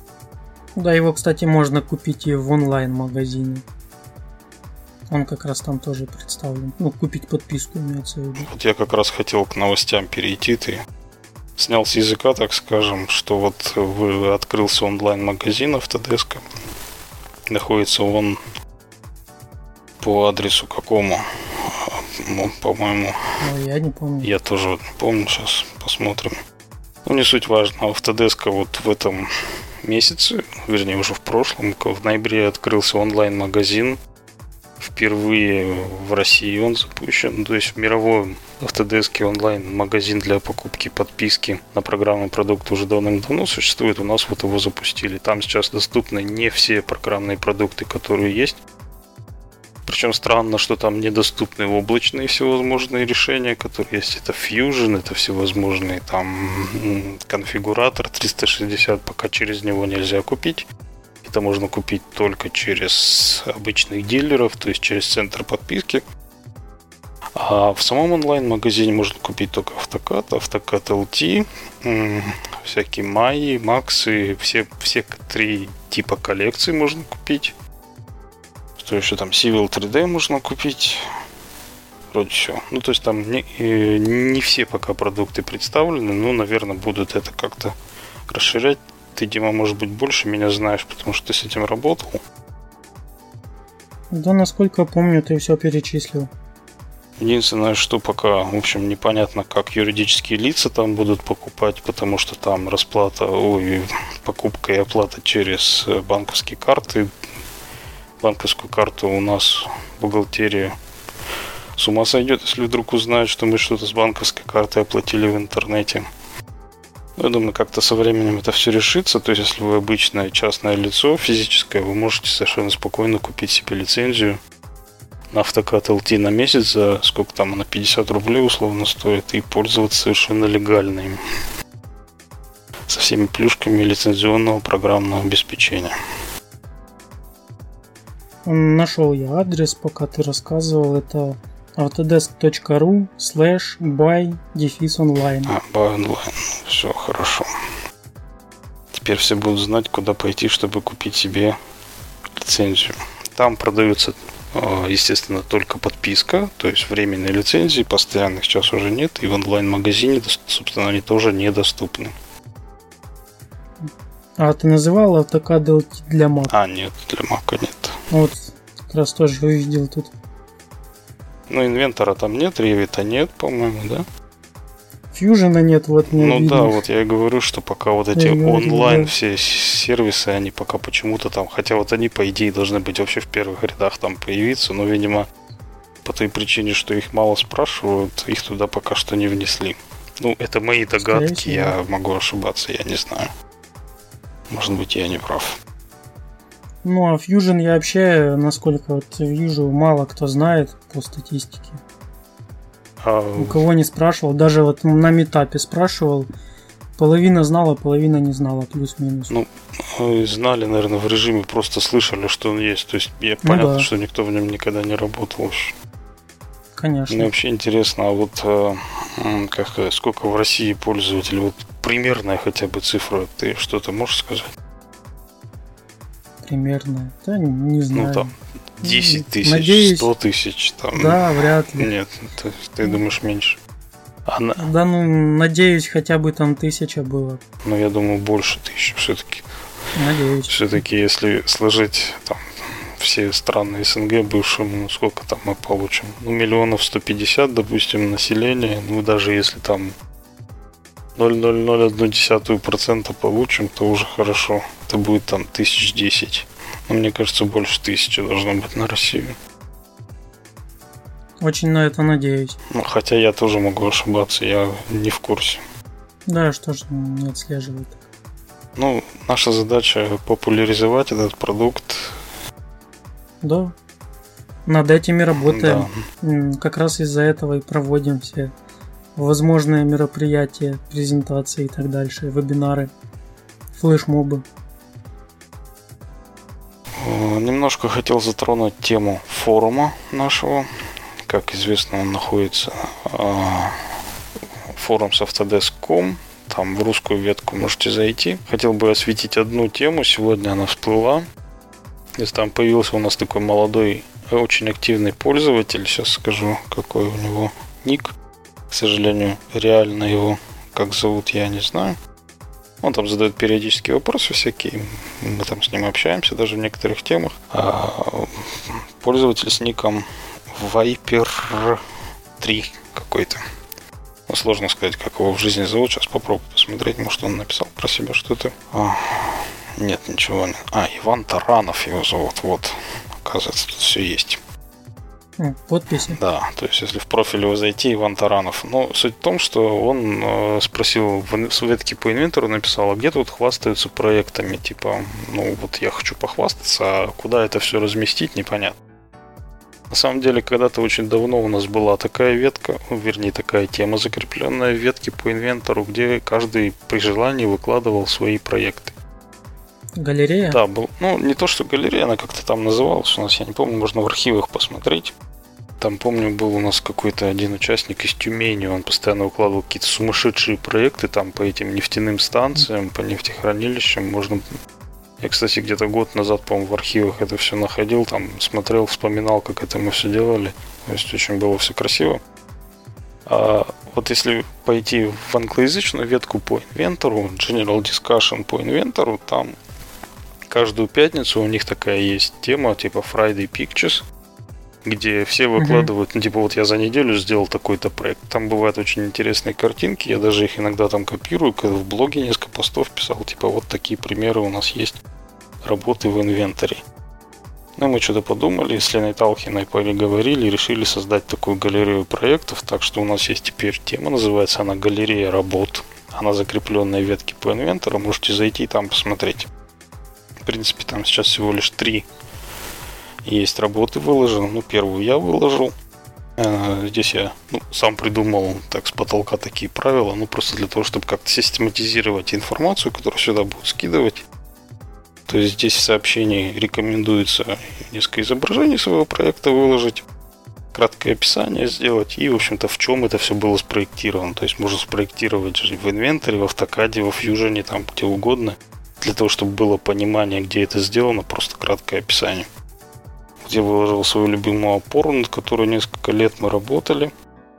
Да, его, кстати, можно купить и в онлайн-магазине. Он как раз там тоже представлен. Ну, купить подписку имеется в виду. Вот я как раз хотел к новостям перейти. Ты снял с языка, так скажем, что вот вы, открылся онлайн-магазин Autodesk. Находится он по адресу какому? Ну, по-моему... Ну, я не помню. Я тоже не помню. Сейчас посмотрим. Ну, не суть важно. У Autodesk вот в этом месяце, вернее, уже в прошлом, в ноябре открылся онлайн-магазин. Впервые в России он запущен. То есть в мировом Autodesk онлайн-магазин для покупки подписки на программный продукт уже давным-давно существует. У нас вот его запустили. Там сейчас доступны не все программные продукты, которые есть. Причем странно, что там недоступны облачные всевозможные решения, которые есть. Это Fusion, это всевозможные там конфигуратор триста шестьдесят, пока через него нельзя купить. Это можно купить только через обычных дилеров, то есть через центр подписки. А в самом онлайн-магазине можно купить только автокад, автокад эл ти, всякие Майи, Максы, все, все три типа коллекций можно купить. Что еще там? Civil три дэ можно купить. Вроде все. Ну, то есть там не, не все пока продукты представлены, но, наверное, будут это как-то расширять. Ты, Дима, может быть, больше меня знаешь, потому что ты с этим работал. Да, насколько помню, ты все перечислил. Единственное, что пока, в общем, непонятно, как юридические лица там будут покупать, потому что там расплата, ой, покупка и оплата через банковские карты. Банковскую карту у нас в бухгалтерии с ума сойдет, если вдруг узнают, что мы что-то с банковской картой оплатили в интернете. Но я думаю, как-то со временем это все решится. То есть, если вы обычное частное лицо, физическое, вы можете совершенно спокойно купить себе лицензию на Автокад эл ти на месяц за сколько там она, пятьдесят рублей условно стоит, и пользоваться совершенно легально им. Со всеми плюшками лицензионного программного обеспечения. Нашел я адрес, пока ты рассказывал, это autodesk.ru slash buy дефис онлайн. А, buy онлайн. Все хорошо. Теперь все будут знать, куда пойти, чтобы купить себе лицензию. Там продается, естественно, только подписка, то есть временные лицензии, постоянных сейчас уже нет, и в онлайн-магазине, собственно, они тоже недоступны. А ты называл AutoCAD эл ти для Mac? А, нет, для Mac нет. Вот, как раз тоже увидел тут. Ну, инвентора там нет, Revit нет, по-моему, да? Fusion нет, вот не Ну видно. да, вот я и говорю, что пока вот эти Я говорю, онлайн да. все сервисы, они пока почему-то там, хотя вот они, по идее, должны быть вообще в первых рядах там появиться, но, видимо, по той причине, что их мало спрашивают, их туда пока что не внесли. Ну, это мои догадки, всего. я могу ошибаться, я не знаю. Может быть, я не прав. Ну, а Fusion я вообще, насколько вот вижу, мало кто знает по статистике. А, У кого не спрашивал, даже вот на метапе спрашивал, половина знала, половина не знала, плюс-минус. Ну, знали, наверное, в режиме, просто слышали, что он есть. То есть, я Ну понятно, да. что никто в нем никогда не работал. Конечно. Мне вообще интересно, а вот э, м, как, сказать, сколько в России пользователей, вот примерная хотя бы цифра, ты что-то можешь сказать? Примерно. Да, не знаю. Ну там десять тысяч, Надеюсь, сто тысяч, там. Да, вряд ли. Нет, ты, ты думаешь меньше. А на- Да, ну, надеюсь, хотя бы там тысяча было. ну, я думаю, больше тысячи все-таки. Надеюсь. Все-таки, если сложить там все страны СНГ бывшим, ну, сколько там мы получим? Ну, миллионов сто пятьдесят, допустим, населения. Ну, даже если там ноль целых ноль ноль один процента получим, то уже хорошо. Это будет там тысяч десять. Но мне кажется, больше тысячи должно быть на Россию. Очень на это надеюсь. Ну, хотя я тоже могу ошибаться, я не в курсе. Да, что ж не отслеживает. Ну, наша задача популяризовать этот продукт. Да. Над этими работаем. Да. М, Как раз из-за этого и проводим все возможные мероприятия, презентации и так дальше, вебинары, флешмобы. Э, Немножко хотел затронуть тему форума нашего. Как известно, он находится э, форум с Autodesk точка ком. Там в русскую ветку можете зайти. Хотел бы осветить одну тему. Сегодня она всплыла. Если там появился у нас такой молодой, очень активный пользователь. Сейчас скажу, какой у него ник. К сожалению, реально его, как зовут, я не знаю. Он там задает периодические вопросы всякие. Мы там с ним общаемся даже в некоторых темах. А пользователь с ником Viper три какой-то. Ну, сложно сказать, как его в жизни зовут. Сейчас попробую посмотреть. Может, он написал про себя что-то. А, нет, ничего не. А, Иван Таранов его зовут. Вот. Оказывается, тут все есть. М, Подписи. Да, то есть если в профиль его зайти, Иван Таранов. Но суть в том, что он э, спросил в ин- в ветке по инвентору, написал, а где тут хвастаются проектами? Типа, ну вот я хочу похвастаться, а куда это все разместить, непонятно. На самом деле, когда-то очень давно у нас была такая ветка, ну, вернее, такая тема, закрепленная в ветке по инвентору, где каждый при желании выкладывал свои проекты. Галерея? Да, был, ну, не то, что галерея, она как-то там называлась у нас, я не помню, можно в архивах посмотреть. Там, помню, был у нас какой-то один участник из Тюмени, он постоянно выкладывал какие-то сумасшедшие проекты там по этим нефтяным станциям, по нефтехранилищам. Можно... Я, кстати, где-то год назад, по-моему, в архивах это все находил, там смотрел, вспоминал, как это мы все делали. То есть очень было все красиво. А вот если пойти в англоязычную ветку по инвентору, General Discussion по инвентору, там каждую пятницу у них такая есть тема, типа Friday Pictures. где все выкладывают, ну, типа, вот я за неделю сделал такой-то проект. Там бывают очень интересные картинки, я даже их иногда там копирую, когда в блоге несколько постов писал, типа, вот такие примеры у нас есть работы в инвентаре. Ну, мы что-то подумали, с Леной Талхиной переговорили и решили создать такую галерею проектов, так что у нас есть теперь тема, называется она «Галерея работ». Она закрепленная в ветке по инвентару, можете зайти и там посмотреть. В принципе, там сейчас всего лишь три есть работы выложены. Ну, первую я выложил. Здесь я ну, сам придумал так с потолка такие правила, ну, просто для того, чтобы как-то систематизировать информацию, которую сюда будут скидывать. То есть здесь в сообщении рекомендуется несколько изображений своего проекта выложить, краткое описание сделать и, в общем-то, в чем это все было спроектировано. То есть можно спроектировать в инвентаре, в автокаде, во фьюжене, там где угодно, для того, чтобы было понимание, где это сделано, просто краткое описание. Вот я выложил свою любимую опору, над которой несколько лет мы работали.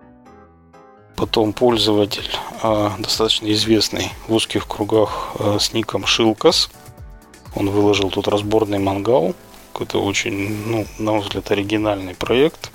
Потом пользователь, достаточно известный в узких кругах с ником Шилкас. Он выложил тут разборный мангал. Какой-то очень, ну, на мой взгляд, оригинальный проект.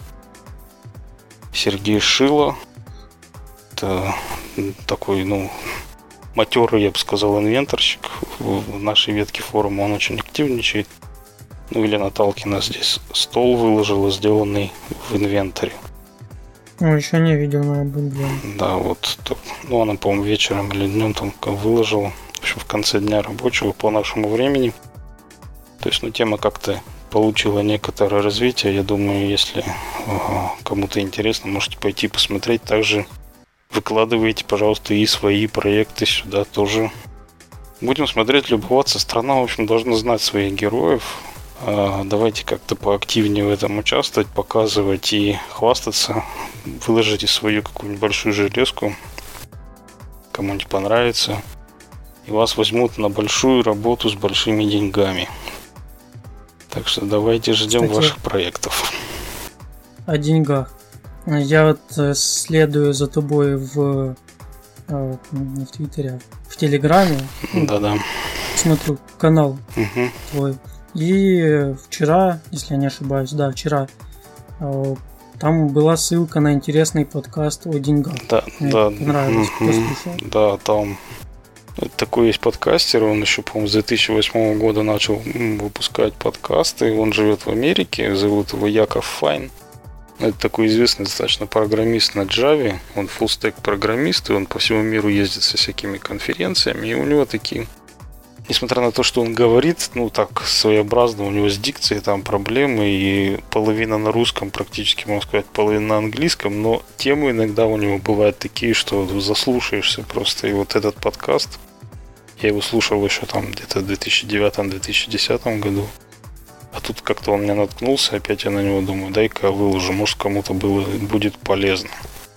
Сергей Шило. Это такой, ну, матерый, я бы сказал, инвентарщик. В нашей ветке форума он очень активничает. Ну, Елена Талкина здесь стол выложила, сделанный в инвентаре. Ну, еще не видел, надо будет. Да, вот. Ну, она, по-моему, вечером или днем там выложила. В общем, в конце дня рабочего по нашему времени. То есть, ну, тема как-то получила некоторое развитие. Я думаю, если о, кому-то интересно, можете пойти посмотреть. Также выкладывайте, пожалуйста, и свои проекты сюда тоже. Будем смотреть, любоваться. Страна, в общем, должна знать своих героев. А, давайте как-то поактивнее в этом участвовать, показывать и хвастаться. Выложите свою какую-нибудь большую железку. Кому-нибудь понравится. И вас возьмут на большую работу с большими деньгами. Так что давайте ждем Кстати, ваших проектов. О деньгах. Я вот следую за тобой в, не в Твиттере, а в Телеграме. Да-да. Смотрю канал угу. твой. И вчера, если я не ошибаюсь, да, вчера там была ссылка на интересный подкаст о деньгах. Да, Мне да. понравилось, угу. послушал. Да, там такой есть подкастер, он еще, по-моему, с две тысячи восьмого года начал выпускать подкасты. Он живет в Америке, зовут его Яков Файн. Это такой известный достаточно программист на Java. Он фуллстек программист, и он по всему миру ездит со всякими конференциями. И у него такие, несмотря на то, что он говорит, ну так своеобразно, у него с дикцией там проблемы, и половина на русском практически, можно сказать, половина на английском, но темы иногда у него бывают такие, что заслушаешься просто. И вот этот подкаст, я его слушал еще там где-то в две тысячи девятом - две тысячи десятом году. А тут как-то он меня наткнулся, опять я на него думаю, дай-ка выложу, может кому-то было, будет полезно.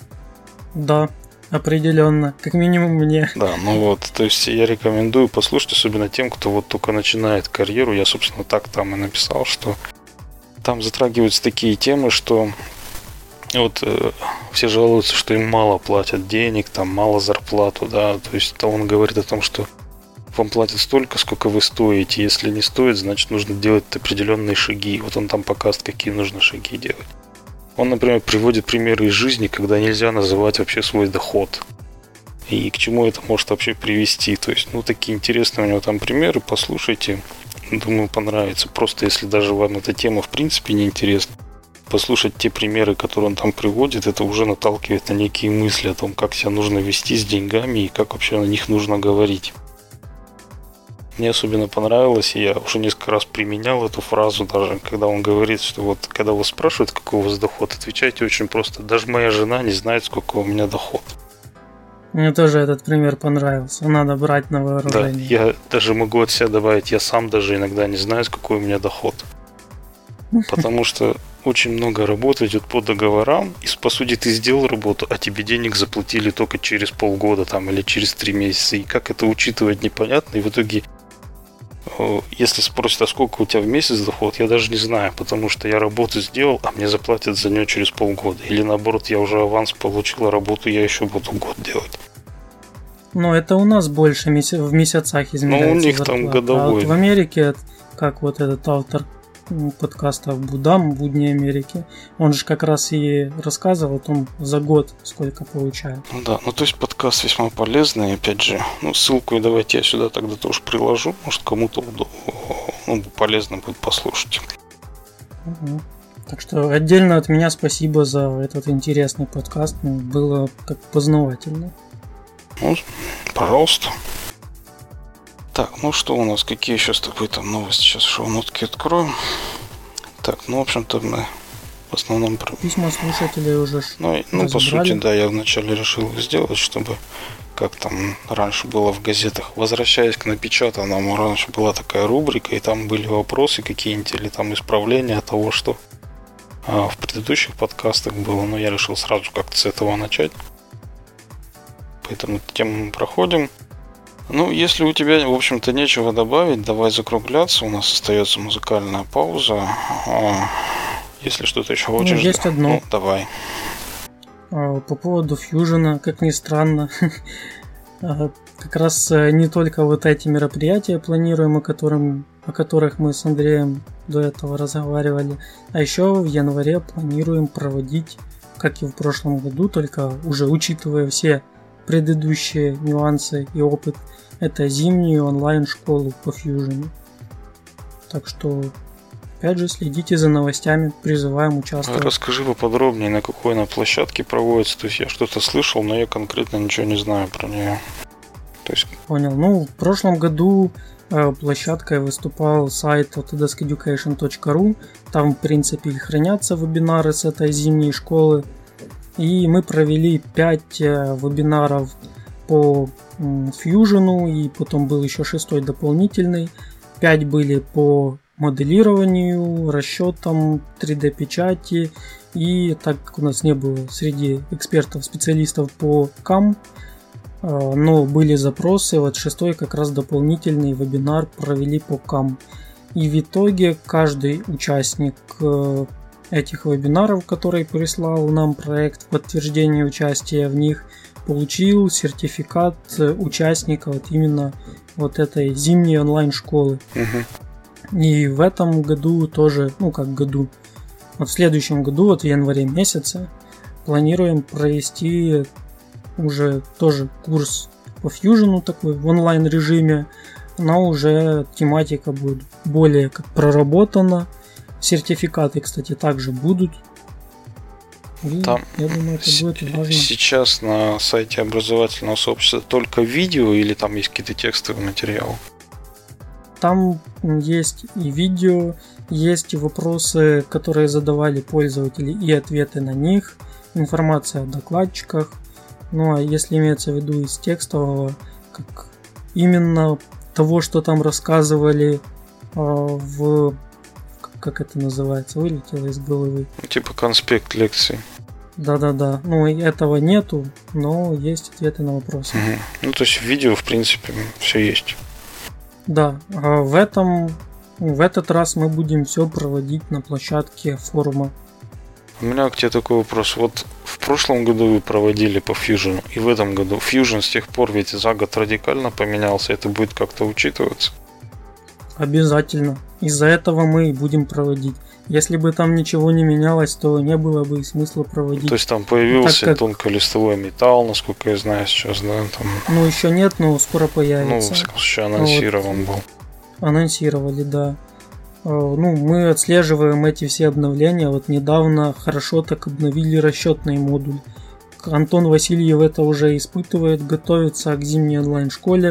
Да, определенно, как минимум мне. Да, ну вот, то есть я рекомендую послушать, особенно тем, кто вот только начинает карьеру. Я, собственно, так там и написал, что там затрагиваются такие темы, что вот э, все жалуются, что им мало платят денег, там мало зарплату, да, то есть он говорит о том, что вам платят столько, сколько вы стоите. Если не стоит, значит нужно делать определенные шаги. Вот он там показывает, какие нужно шаги делать. Он, например, приводит примеры из жизни, когда нельзя называть вообще свой доход. И к чему это может вообще привести. То есть, ну, такие интересные у него там примеры. Послушайте. Думаю, понравится. Просто если даже вам эта тема в принципе не интересна, послушать те примеры, которые он там приводит, это уже наталкивает на некие мысли о том, как себя нужно вести с деньгами и как вообще на них нужно говорить. Мне особенно понравилось, и я уже несколько раз применял эту фразу, даже когда он говорит, что вот когда вас спрашивают, какой у вас доход, отвечайте очень просто. Даже моя жена не знает, сколько у меня доход. Мне тоже этот пример понравился. Надо брать на вооружение. Да, я даже могу от себя добавить, я сам даже иногда не знаю, какой у меня доход. Потому что очень много работы идет по договорам, и по сути ты сделал работу, а тебе денег заплатили только через полгода там, или через три месяца. И как это учитывать, непонятно. И в итоге, если спросят, а сколько у тебя в месяц доход, я даже не знаю, потому что я работу сделал, а мне заплатят за нее через полгода. Или наоборот, я уже аванс получил, а работу я еще буду год делать. Ну, это у нас больше в месяцах измеряется. Ну, у них зарплата. там годовой. А вот в Америке, как вот этот автор подкаста «Будам. Будни Америки». Он же как раз и рассказывал о том за год, сколько получает. Ну да, ну то есть подкаст весьма полезный, опять же, ну ссылку давайте я сюда тогда тоже приложу, может кому-то ну, полезно будет послушать. Угу. Так что отдельно от меня спасибо за этот интересный подкаст, было как познавательно. Ну, пожалуйста. Так, ну что у нас, какие еще с тобой там новости? Сейчас шоу-нотки откроем. Так, ну, в общем-то, мы в основном... Письма слушателей уже Ну, ну по сути, да, я вначале решил их сделать, чтобы, как там раньше было в газетах, возвращаясь к напечатанному, раньше была такая рубрика, и там были вопросы какие-нибудь, или там исправления того, что а, в предыдущих подкастах было, но я решил сразу как-то с этого начать. Поэтому эту тему мы проходим. Ну, если у тебя, в общем-то, нечего добавить, давай закругляться. У нас остается музыкальная пауза. Если что-то еще хочешь... Ну, есть одно. Ну, давай. По поводу фьюжена, как ни странно, как раз не только вот эти мероприятия планируем, о, котором, о которых мы с Андреем до этого разговаривали, а еще в январе планируем проводить, как и в прошлом году, только уже учитывая все предыдущие нюансы и опыт, это зимнюю онлайн-школу по фьюжену. Так что, опять же, следите за новостями, призываем участвовать. Расскажи поподробнее, на какой она площадке проводится. То есть я что-то слышал, но я конкретно ничего не знаю про нее. То есть... Понял. Ну, в прошлом году э, площадкой выступал сайт autodesk education точка ру. Там, в принципе, и хранятся вебинары с этой зимней школы. И мы провели пять э, вебинаров по фьюжену, и потом был еще шестой дополнительный. пять были по моделированию, расчетам, три дэ печати, и так как у нас не было среди экспертов специалистов по кам, но были запросы, вот шестой как раз дополнительный вебинар провели по кам. И в итоге каждый участник этих вебинаров, который прислал нам проект в подтверждение участия в них, получил сертификат участника вот именно вот этой зимней онлайн-школы. Uh-huh. И в этом году тоже, ну как году, вот в следующем году, вот в январе месяце, планируем провести уже тоже курс по фьюжену такой в онлайн режиме, но уже тематика будет более как проработана. Сертификаты, кстати, также будут. И там я думаю, это будет важно. Сейчас на сайте образовательного сообщества только видео или там есть какие-то текстовые материалы? Там есть и видео, есть и вопросы, которые задавали пользователи, и ответы на них, информация о докладчиках. Ну а если имеется в виду из текстового, как именно того, что там рассказывали э, в... как это называется, вылетело из головы. Типа конспект лекции. Да-да-да. Ну, этого нету, но есть ответы на вопросы. Угу. Ну, то есть в видео, в принципе, все есть. Да. А в этом, в этот раз мы будем все проводить на площадке форума. У меня к тебе такой вопрос. Вот в прошлом году вы проводили по Fusion, и в этом году Fusion с тех пор ведь за год радикально поменялся. Это будет как-то учитываться? Обязательно. Из-за этого мы и будем проводить. Если бы там ничего не менялось, то не было бы смысла проводить. То есть там появился как... тонколистовой металл, насколько я знаю сейчас, да? Там... Ну, еще нет, но скоро появится. Ну, в всяком случае, анонсирован вот. был. Анонсировали, да. Ну, мы отслеживаем эти все обновления. Вот недавно хорошо так обновили расчетный модуль. Антон Васильев это уже испытывает, готовится к зимней онлайн-школе.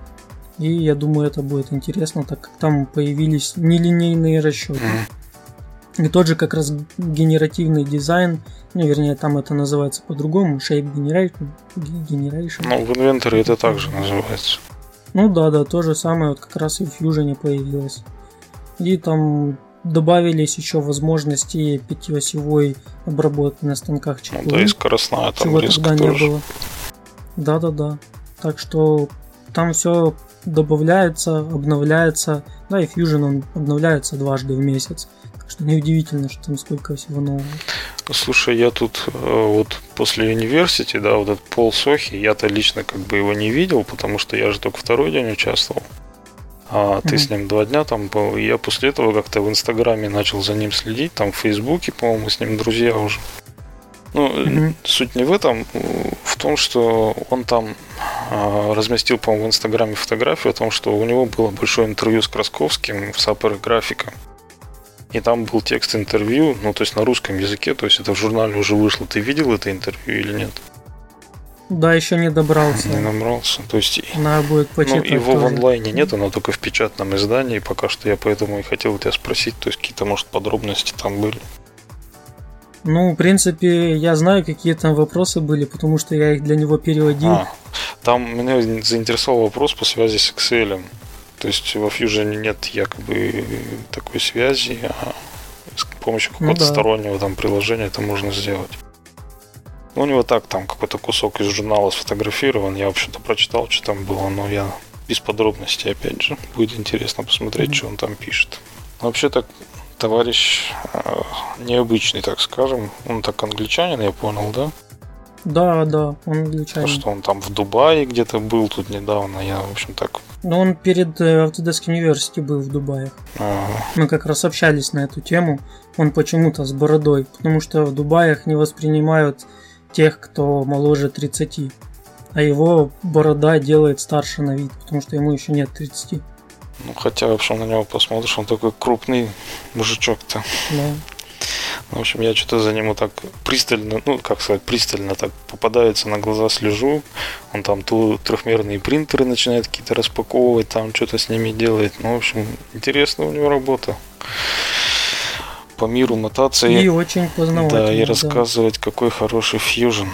И я думаю, это будет интересно, так как там появились нелинейные расчеты. Mm-hmm. И тот же как раз генеративный дизайн, ну, вернее, там это называется по-другому, Shape Generation. generation. Ну, в инвентаре это также называется. Ну да, да, то же самое вот как раз и в Fusion появилось. И там добавились еще возможности пятиосевой обработки на станках ЧПУ. Ну да, и скоростная там чего близко тогда тоже. не было. Да-да-да. Так что там все добавляется, обновляется. Да, и Fusion он обновляется дважды в месяц. Так что неудивительно, что там сколько всего нового. Слушай, я тут вот после университета, да, вот этот Пол Сохи, я-то лично как бы его не видел, потому что я же только второй день участвовал. А ты Мгм. с ним два дня там был, и я после этого как-то в Инстаграме начал за ним следить, там в Фейсбуке, по-моему, с ним друзья уже. Ну, Мгм. суть не в этом, в том, что он там а, разместил, по-моему, в Инстаграме фотографию о том, что у него было большое интервью с Красковским в Саппоре Графика. И там был текст интервью, ну, то есть на русском языке, то есть это в журнале уже вышло. Ты видел это интервью или нет? Да, еще не добрался. Не набрался. То есть, Надо будет ну, почитать его в тоже. онлайне нет, оно только в печатном издании. Пока что я поэтому и хотел тебя спросить, то есть какие-то, может, подробности там были. Ну, в принципе, я знаю, какие там вопросы были, потому что я их для него переводил. А, там меня заинтересовал вопрос по связи с Excel. То есть во Fusion нет якобы такой связи, а с помощью какого-то Ну да. стороннего там приложения это можно сделать. Ну, у него так, там какой-то кусок из журнала сфотографирован. Я, в общем-то, прочитал, что там было, но я без подробностей, опять же. Будет интересно посмотреть, Мгм. что он там пишет. Вообще так, товарищ э, необычный, так скажем. Он так англичанин, я понял, да? Да, да, он То, англичанин. что он там в Дубае где-то был тут недавно. Я, в общем, так... Но он перед э, Autodesk University был в Дубае. э, Мы как раз общались на эту тему. Он почему-то с бородой, потому что в Дубаях не воспринимают тех, кто моложе тридцати. А его борода делает старше на вид, потому что ему еще нет тридцати. Ну, хотя, вообще, на него посмотришь, он такой крупный мужичок-то. Да. В общем, я что-то за ним вот так пристально, ну, как сказать, пристально так попадается на глаза, слежу. Он там то трехмерные принтеры начинает какие-то распаковывать, там что-то с ними делает. Ну, в общем, интересная у него работа. По миру мотаться И и, очень познавательно. да, и да. рассказывать, какой хороший фьюжн.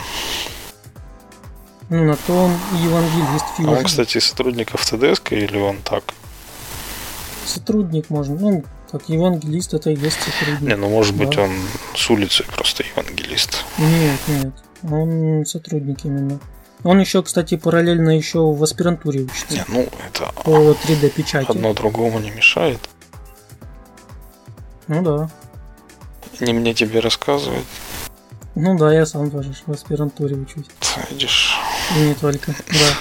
Ну, на то он и евангелист А он, Fusion. кстати, сотрудник Autodesk или он так? Сотрудник можно. Ну, как евангелист, это и есть сотрудник. Не, ну, может быть, Да. он с улицы просто евангелист. Нет, нет. Он сотрудник именно. Он еще, кстати, параллельно еще в аспирантуре учится. Не, ну, это По три дэ печати. одно другому не мешает. Ну да. Не мне тебе рассказывать. Ну да, я сам тоже в аспирантуре учусь. Видишь. И не только. Да.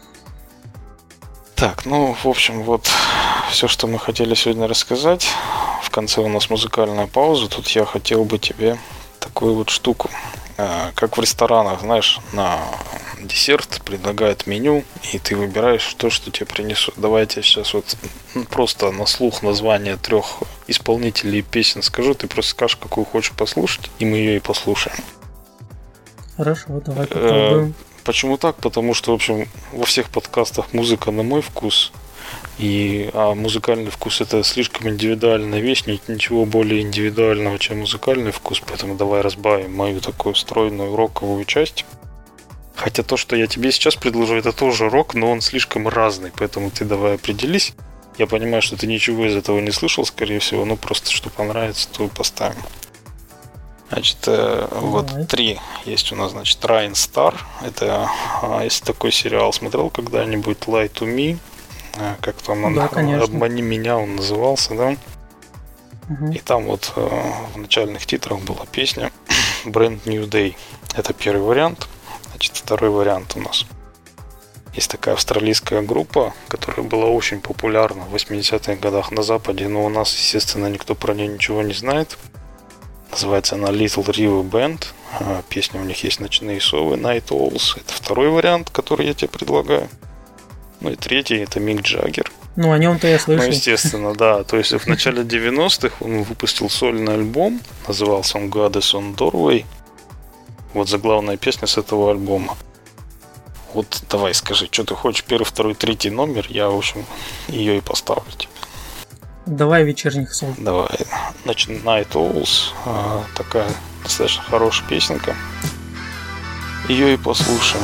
Так, ну, в общем, вот все, что мы хотели сегодня рассказать. В конце у нас музыкальная пауза. Тут я хотел бы тебе такую вот штуку. А, Как в ресторанах, знаешь, на десерт предлагают меню, и ты выбираешь то, что тебе принесут. Давай я тебе сейчас вот ну, просто на слух название трех исполнителей песен скажу. Ты просто скажешь, какую хочешь послушать, и мы ее и послушаем. Хорошо, давай Э, попробуем. Почему так? Потому что, в общем, во всех подкастах музыка на мой вкус. И, а музыкальный вкус это слишком индивидуальная вещь, нет ничего более индивидуального, чем музыкальный вкус, поэтому давай разбавим мою такую стройную роковую часть. Хотя то, что я тебе сейчас предложу, это тоже рок, но он слишком разный, поэтому ты давай определись. Я понимаю, что ты ничего из этого не слышал, скорее всего, но просто что понравится, то и поставим. Значит, э, вот Давай. три есть у нас, значит, Ryan Star. Это, а, если такой сериал смотрел когда-нибудь, Lie to Me, э, как там он, Да, конечно. Обмани меня, он назывался, да? Мгм. И там вот э, в начальных титрах была песня Brand New Day. Это первый вариант. Значит, второй вариант у нас. Есть такая австралийская группа, которая была очень популярна в восьмидесятых годах на Западе, но у нас, естественно, никто про нее ничего не знает. Называется она Little River Band. А, Песня у них есть «Ночные совы», Night Owls. Это второй вариант, который я тебе предлагаю. Ну и третий это Мик Джаггер. Ну, о нем-то я Ну, слышал. естественно, да. То есть в начале девяностых он выпустил сольный альбом. Назывался он Goddess on Doorway. Вот заглавная песня с этого альбома. Вот давай скажи, что ты хочешь, первый, второй, третий номер. Я, в общем, ее и поставлю тебе. Давай вечерних сов. Давай. Значит, Night Owls. а, Такая достаточно хорошая песенка. Ее и послушаем.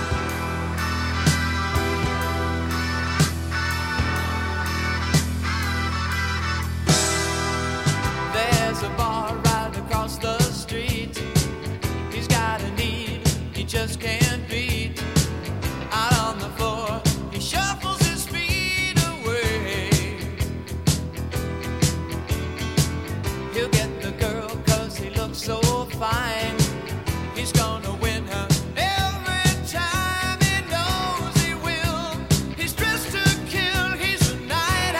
There's a bar right across the street. He's got a need he just can't beat. Out on the floor, he shuffles his feet away. He'll get the girl 'cause he looks so fine. He's gonna win her every time. He knows he will. He's dressed to kill. He's a night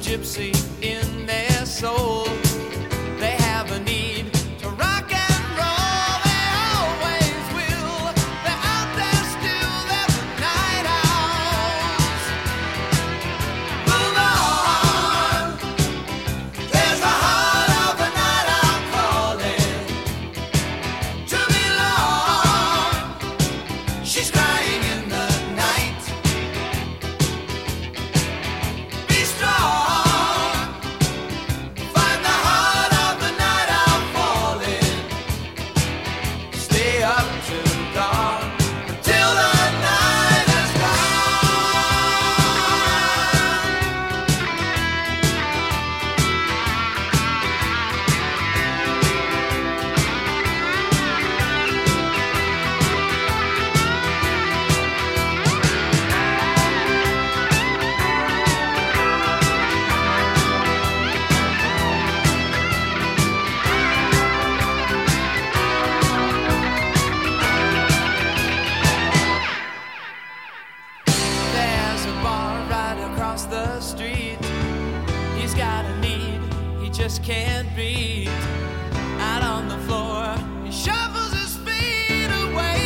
gypsy in their soul. They have a need to rock and roll. They always will. They're out there still. They're the night owls. Move on. There's the heart of the night owl calling to belong. She's crying in the night. Be strong. Find the heart of the night owl falling. Stay up till dawn, until the night is There's a bar right across the street. He's got a need he just can't beat. Out on the floor, he shuffles his feet away.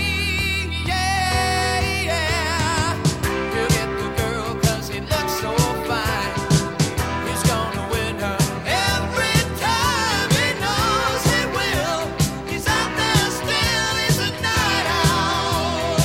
Yeah, yeah. He'll get the girl 'cause he looks so fine. He's gonna win her every time. He knows he will. He's out there still. He's a night owl.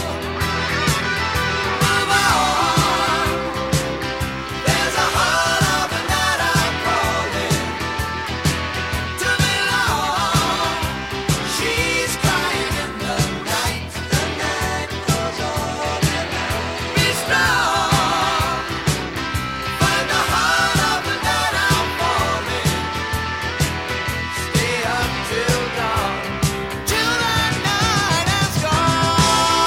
Move on. There's a heart of the night owl calling to belong. She's crying in the night. The night goes on and on. Be strong. Find the heart of the night owl falling. Stay up till dawn, till the night is gone.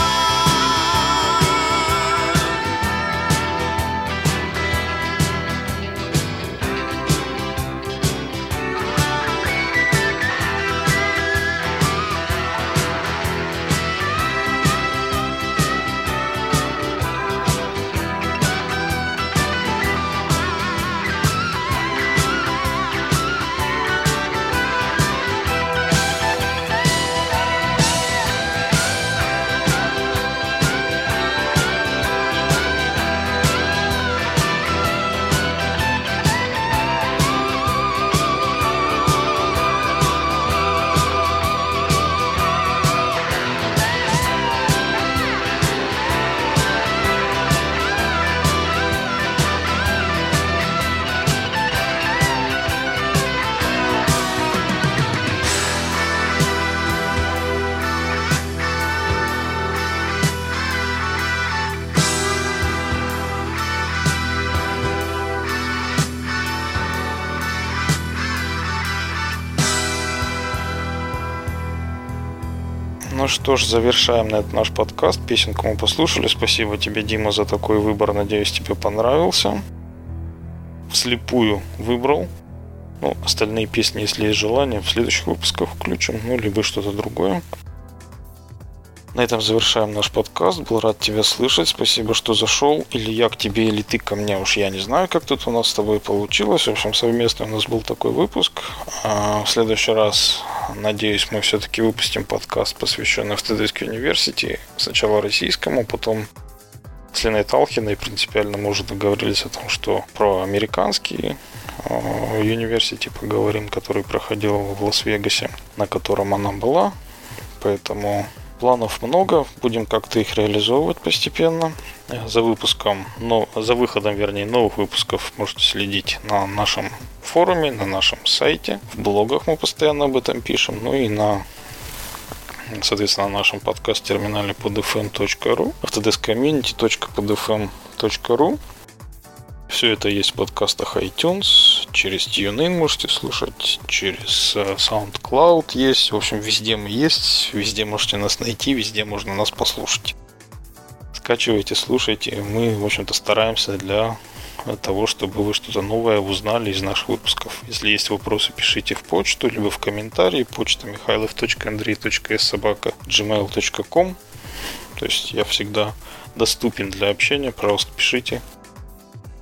Ну что ж, завершаем на этот наш подкаст. Песенку мы послушали. Спасибо тебе, Дима, за такой выбор. Надеюсь, тебе понравился. Вслепую выбрал. Ну, остальные песни, если есть желание, в следующих выпусках включим. Ну, либо что-то другое. На этом завершаем наш подкаст. Был рад тебя слышать. Спасибо, что зашел. Или я к тебе, или ты ко мне. Уж я не знаю, как тут у нас с тобой получилось. В общем, совместно у нас был такой выпуск. А в следующий раз, надеюсь, мы все-таки выпустим подкаст, посвященный Autodesk University. Сначала российскому, потом с Леной Талхиной. Принципиально мы уже договорились о том, что про американский University поговорим, который проходил в Лас-Вегасе, на котором она была. Поэтому планов много, будем как-то их реализовывать постепенно. За выпуском, но за выходом, вернее, новых выпусков можете следить на нашем форуме, на нашем сайте, в блогах мы постоянно об этом пишем, ну и на, соответственно, на нашем подкаст-терминале подфм точка ру, autodesk community точка подфм точка ру. Все это есть в подкастах iTunes, через TuneIn можете слушать, через SoundCloud есть. В общем, везде мы есть, везде можете нас найти, везде можно нас послушать. Скачивайте, слушайте. Мы, в общем-то, стараемся для того, чтобы вы что-то новое узнали из наших выпусков. Если есть вопросы, пишите в почту, либо в комментарии. Почта михайлов точка андрей точка эс собака джимейл точка ком. То есть я всегда доступен для общения. Пожалуйста, пишите.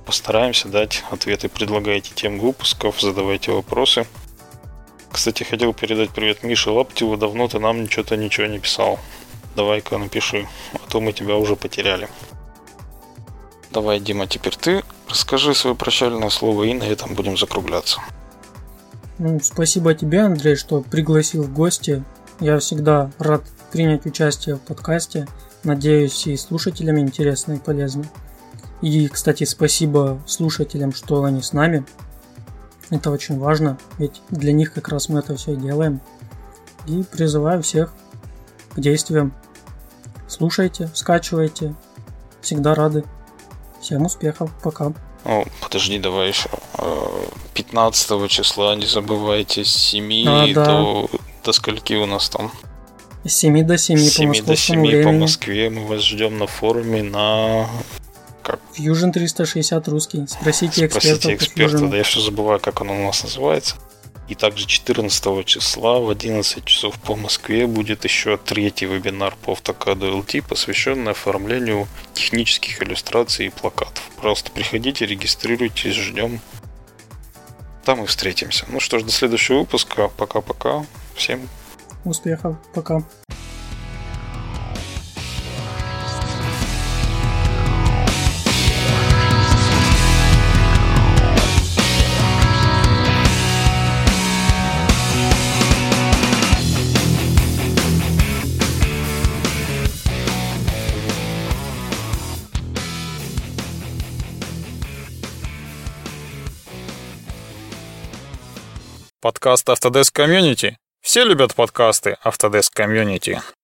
Постараемся дать ответы. Предлагайте темы выпусков, задавайте вопросы. Кстати, хотел передать привет Мише Лаптеву. Давно ты нам что-то ничего не писал. Давай-ка напиши, а то мы тебя уже потеряли. Давай, Дима, теперь ты расскажи свое прощальное слово, и на этом будем закругляться. Ну, спасибо тебе, Андрей, что пригласил в гости. Я всегда рад принять участие в подкасте. Надеюсь, и слушателям интересно и полезно. И, кстати, спасибо слушателям, что они с нами. Это очень важно, ведь для них как раз мы это все и делаем. И призываю всех к действиям. Слушайте, скачивайте. Всегда рады. Всем успехов. Пока. О, подожди, давай еще. пятнадцатого числа, не забывайте, с семи а, да. до, до скольки у нас там? С семи до семи с по московскому до семи времени. По Москве. Мы вас ждем на форуме на... Как? Fusion триста шестьдесят русский. Спросите эксперта. Спросите эксперта, да я все забываю, как он у нас называется. И также четырнадцатого числа в одиннадцать часов по Москве будет еще третий вебинар по автокаду эл ти, посвященный оформлению технических иллюстраций и плакатов. Пожалуйста, приходите, регистрируйтесь, ждем. Там и встретимся. Ну что ж, до следующего выпуска. Пока-пока. Всем успехов. Пока. Подкаст Autodesk Community. Все любят подкасты Autodesk Community.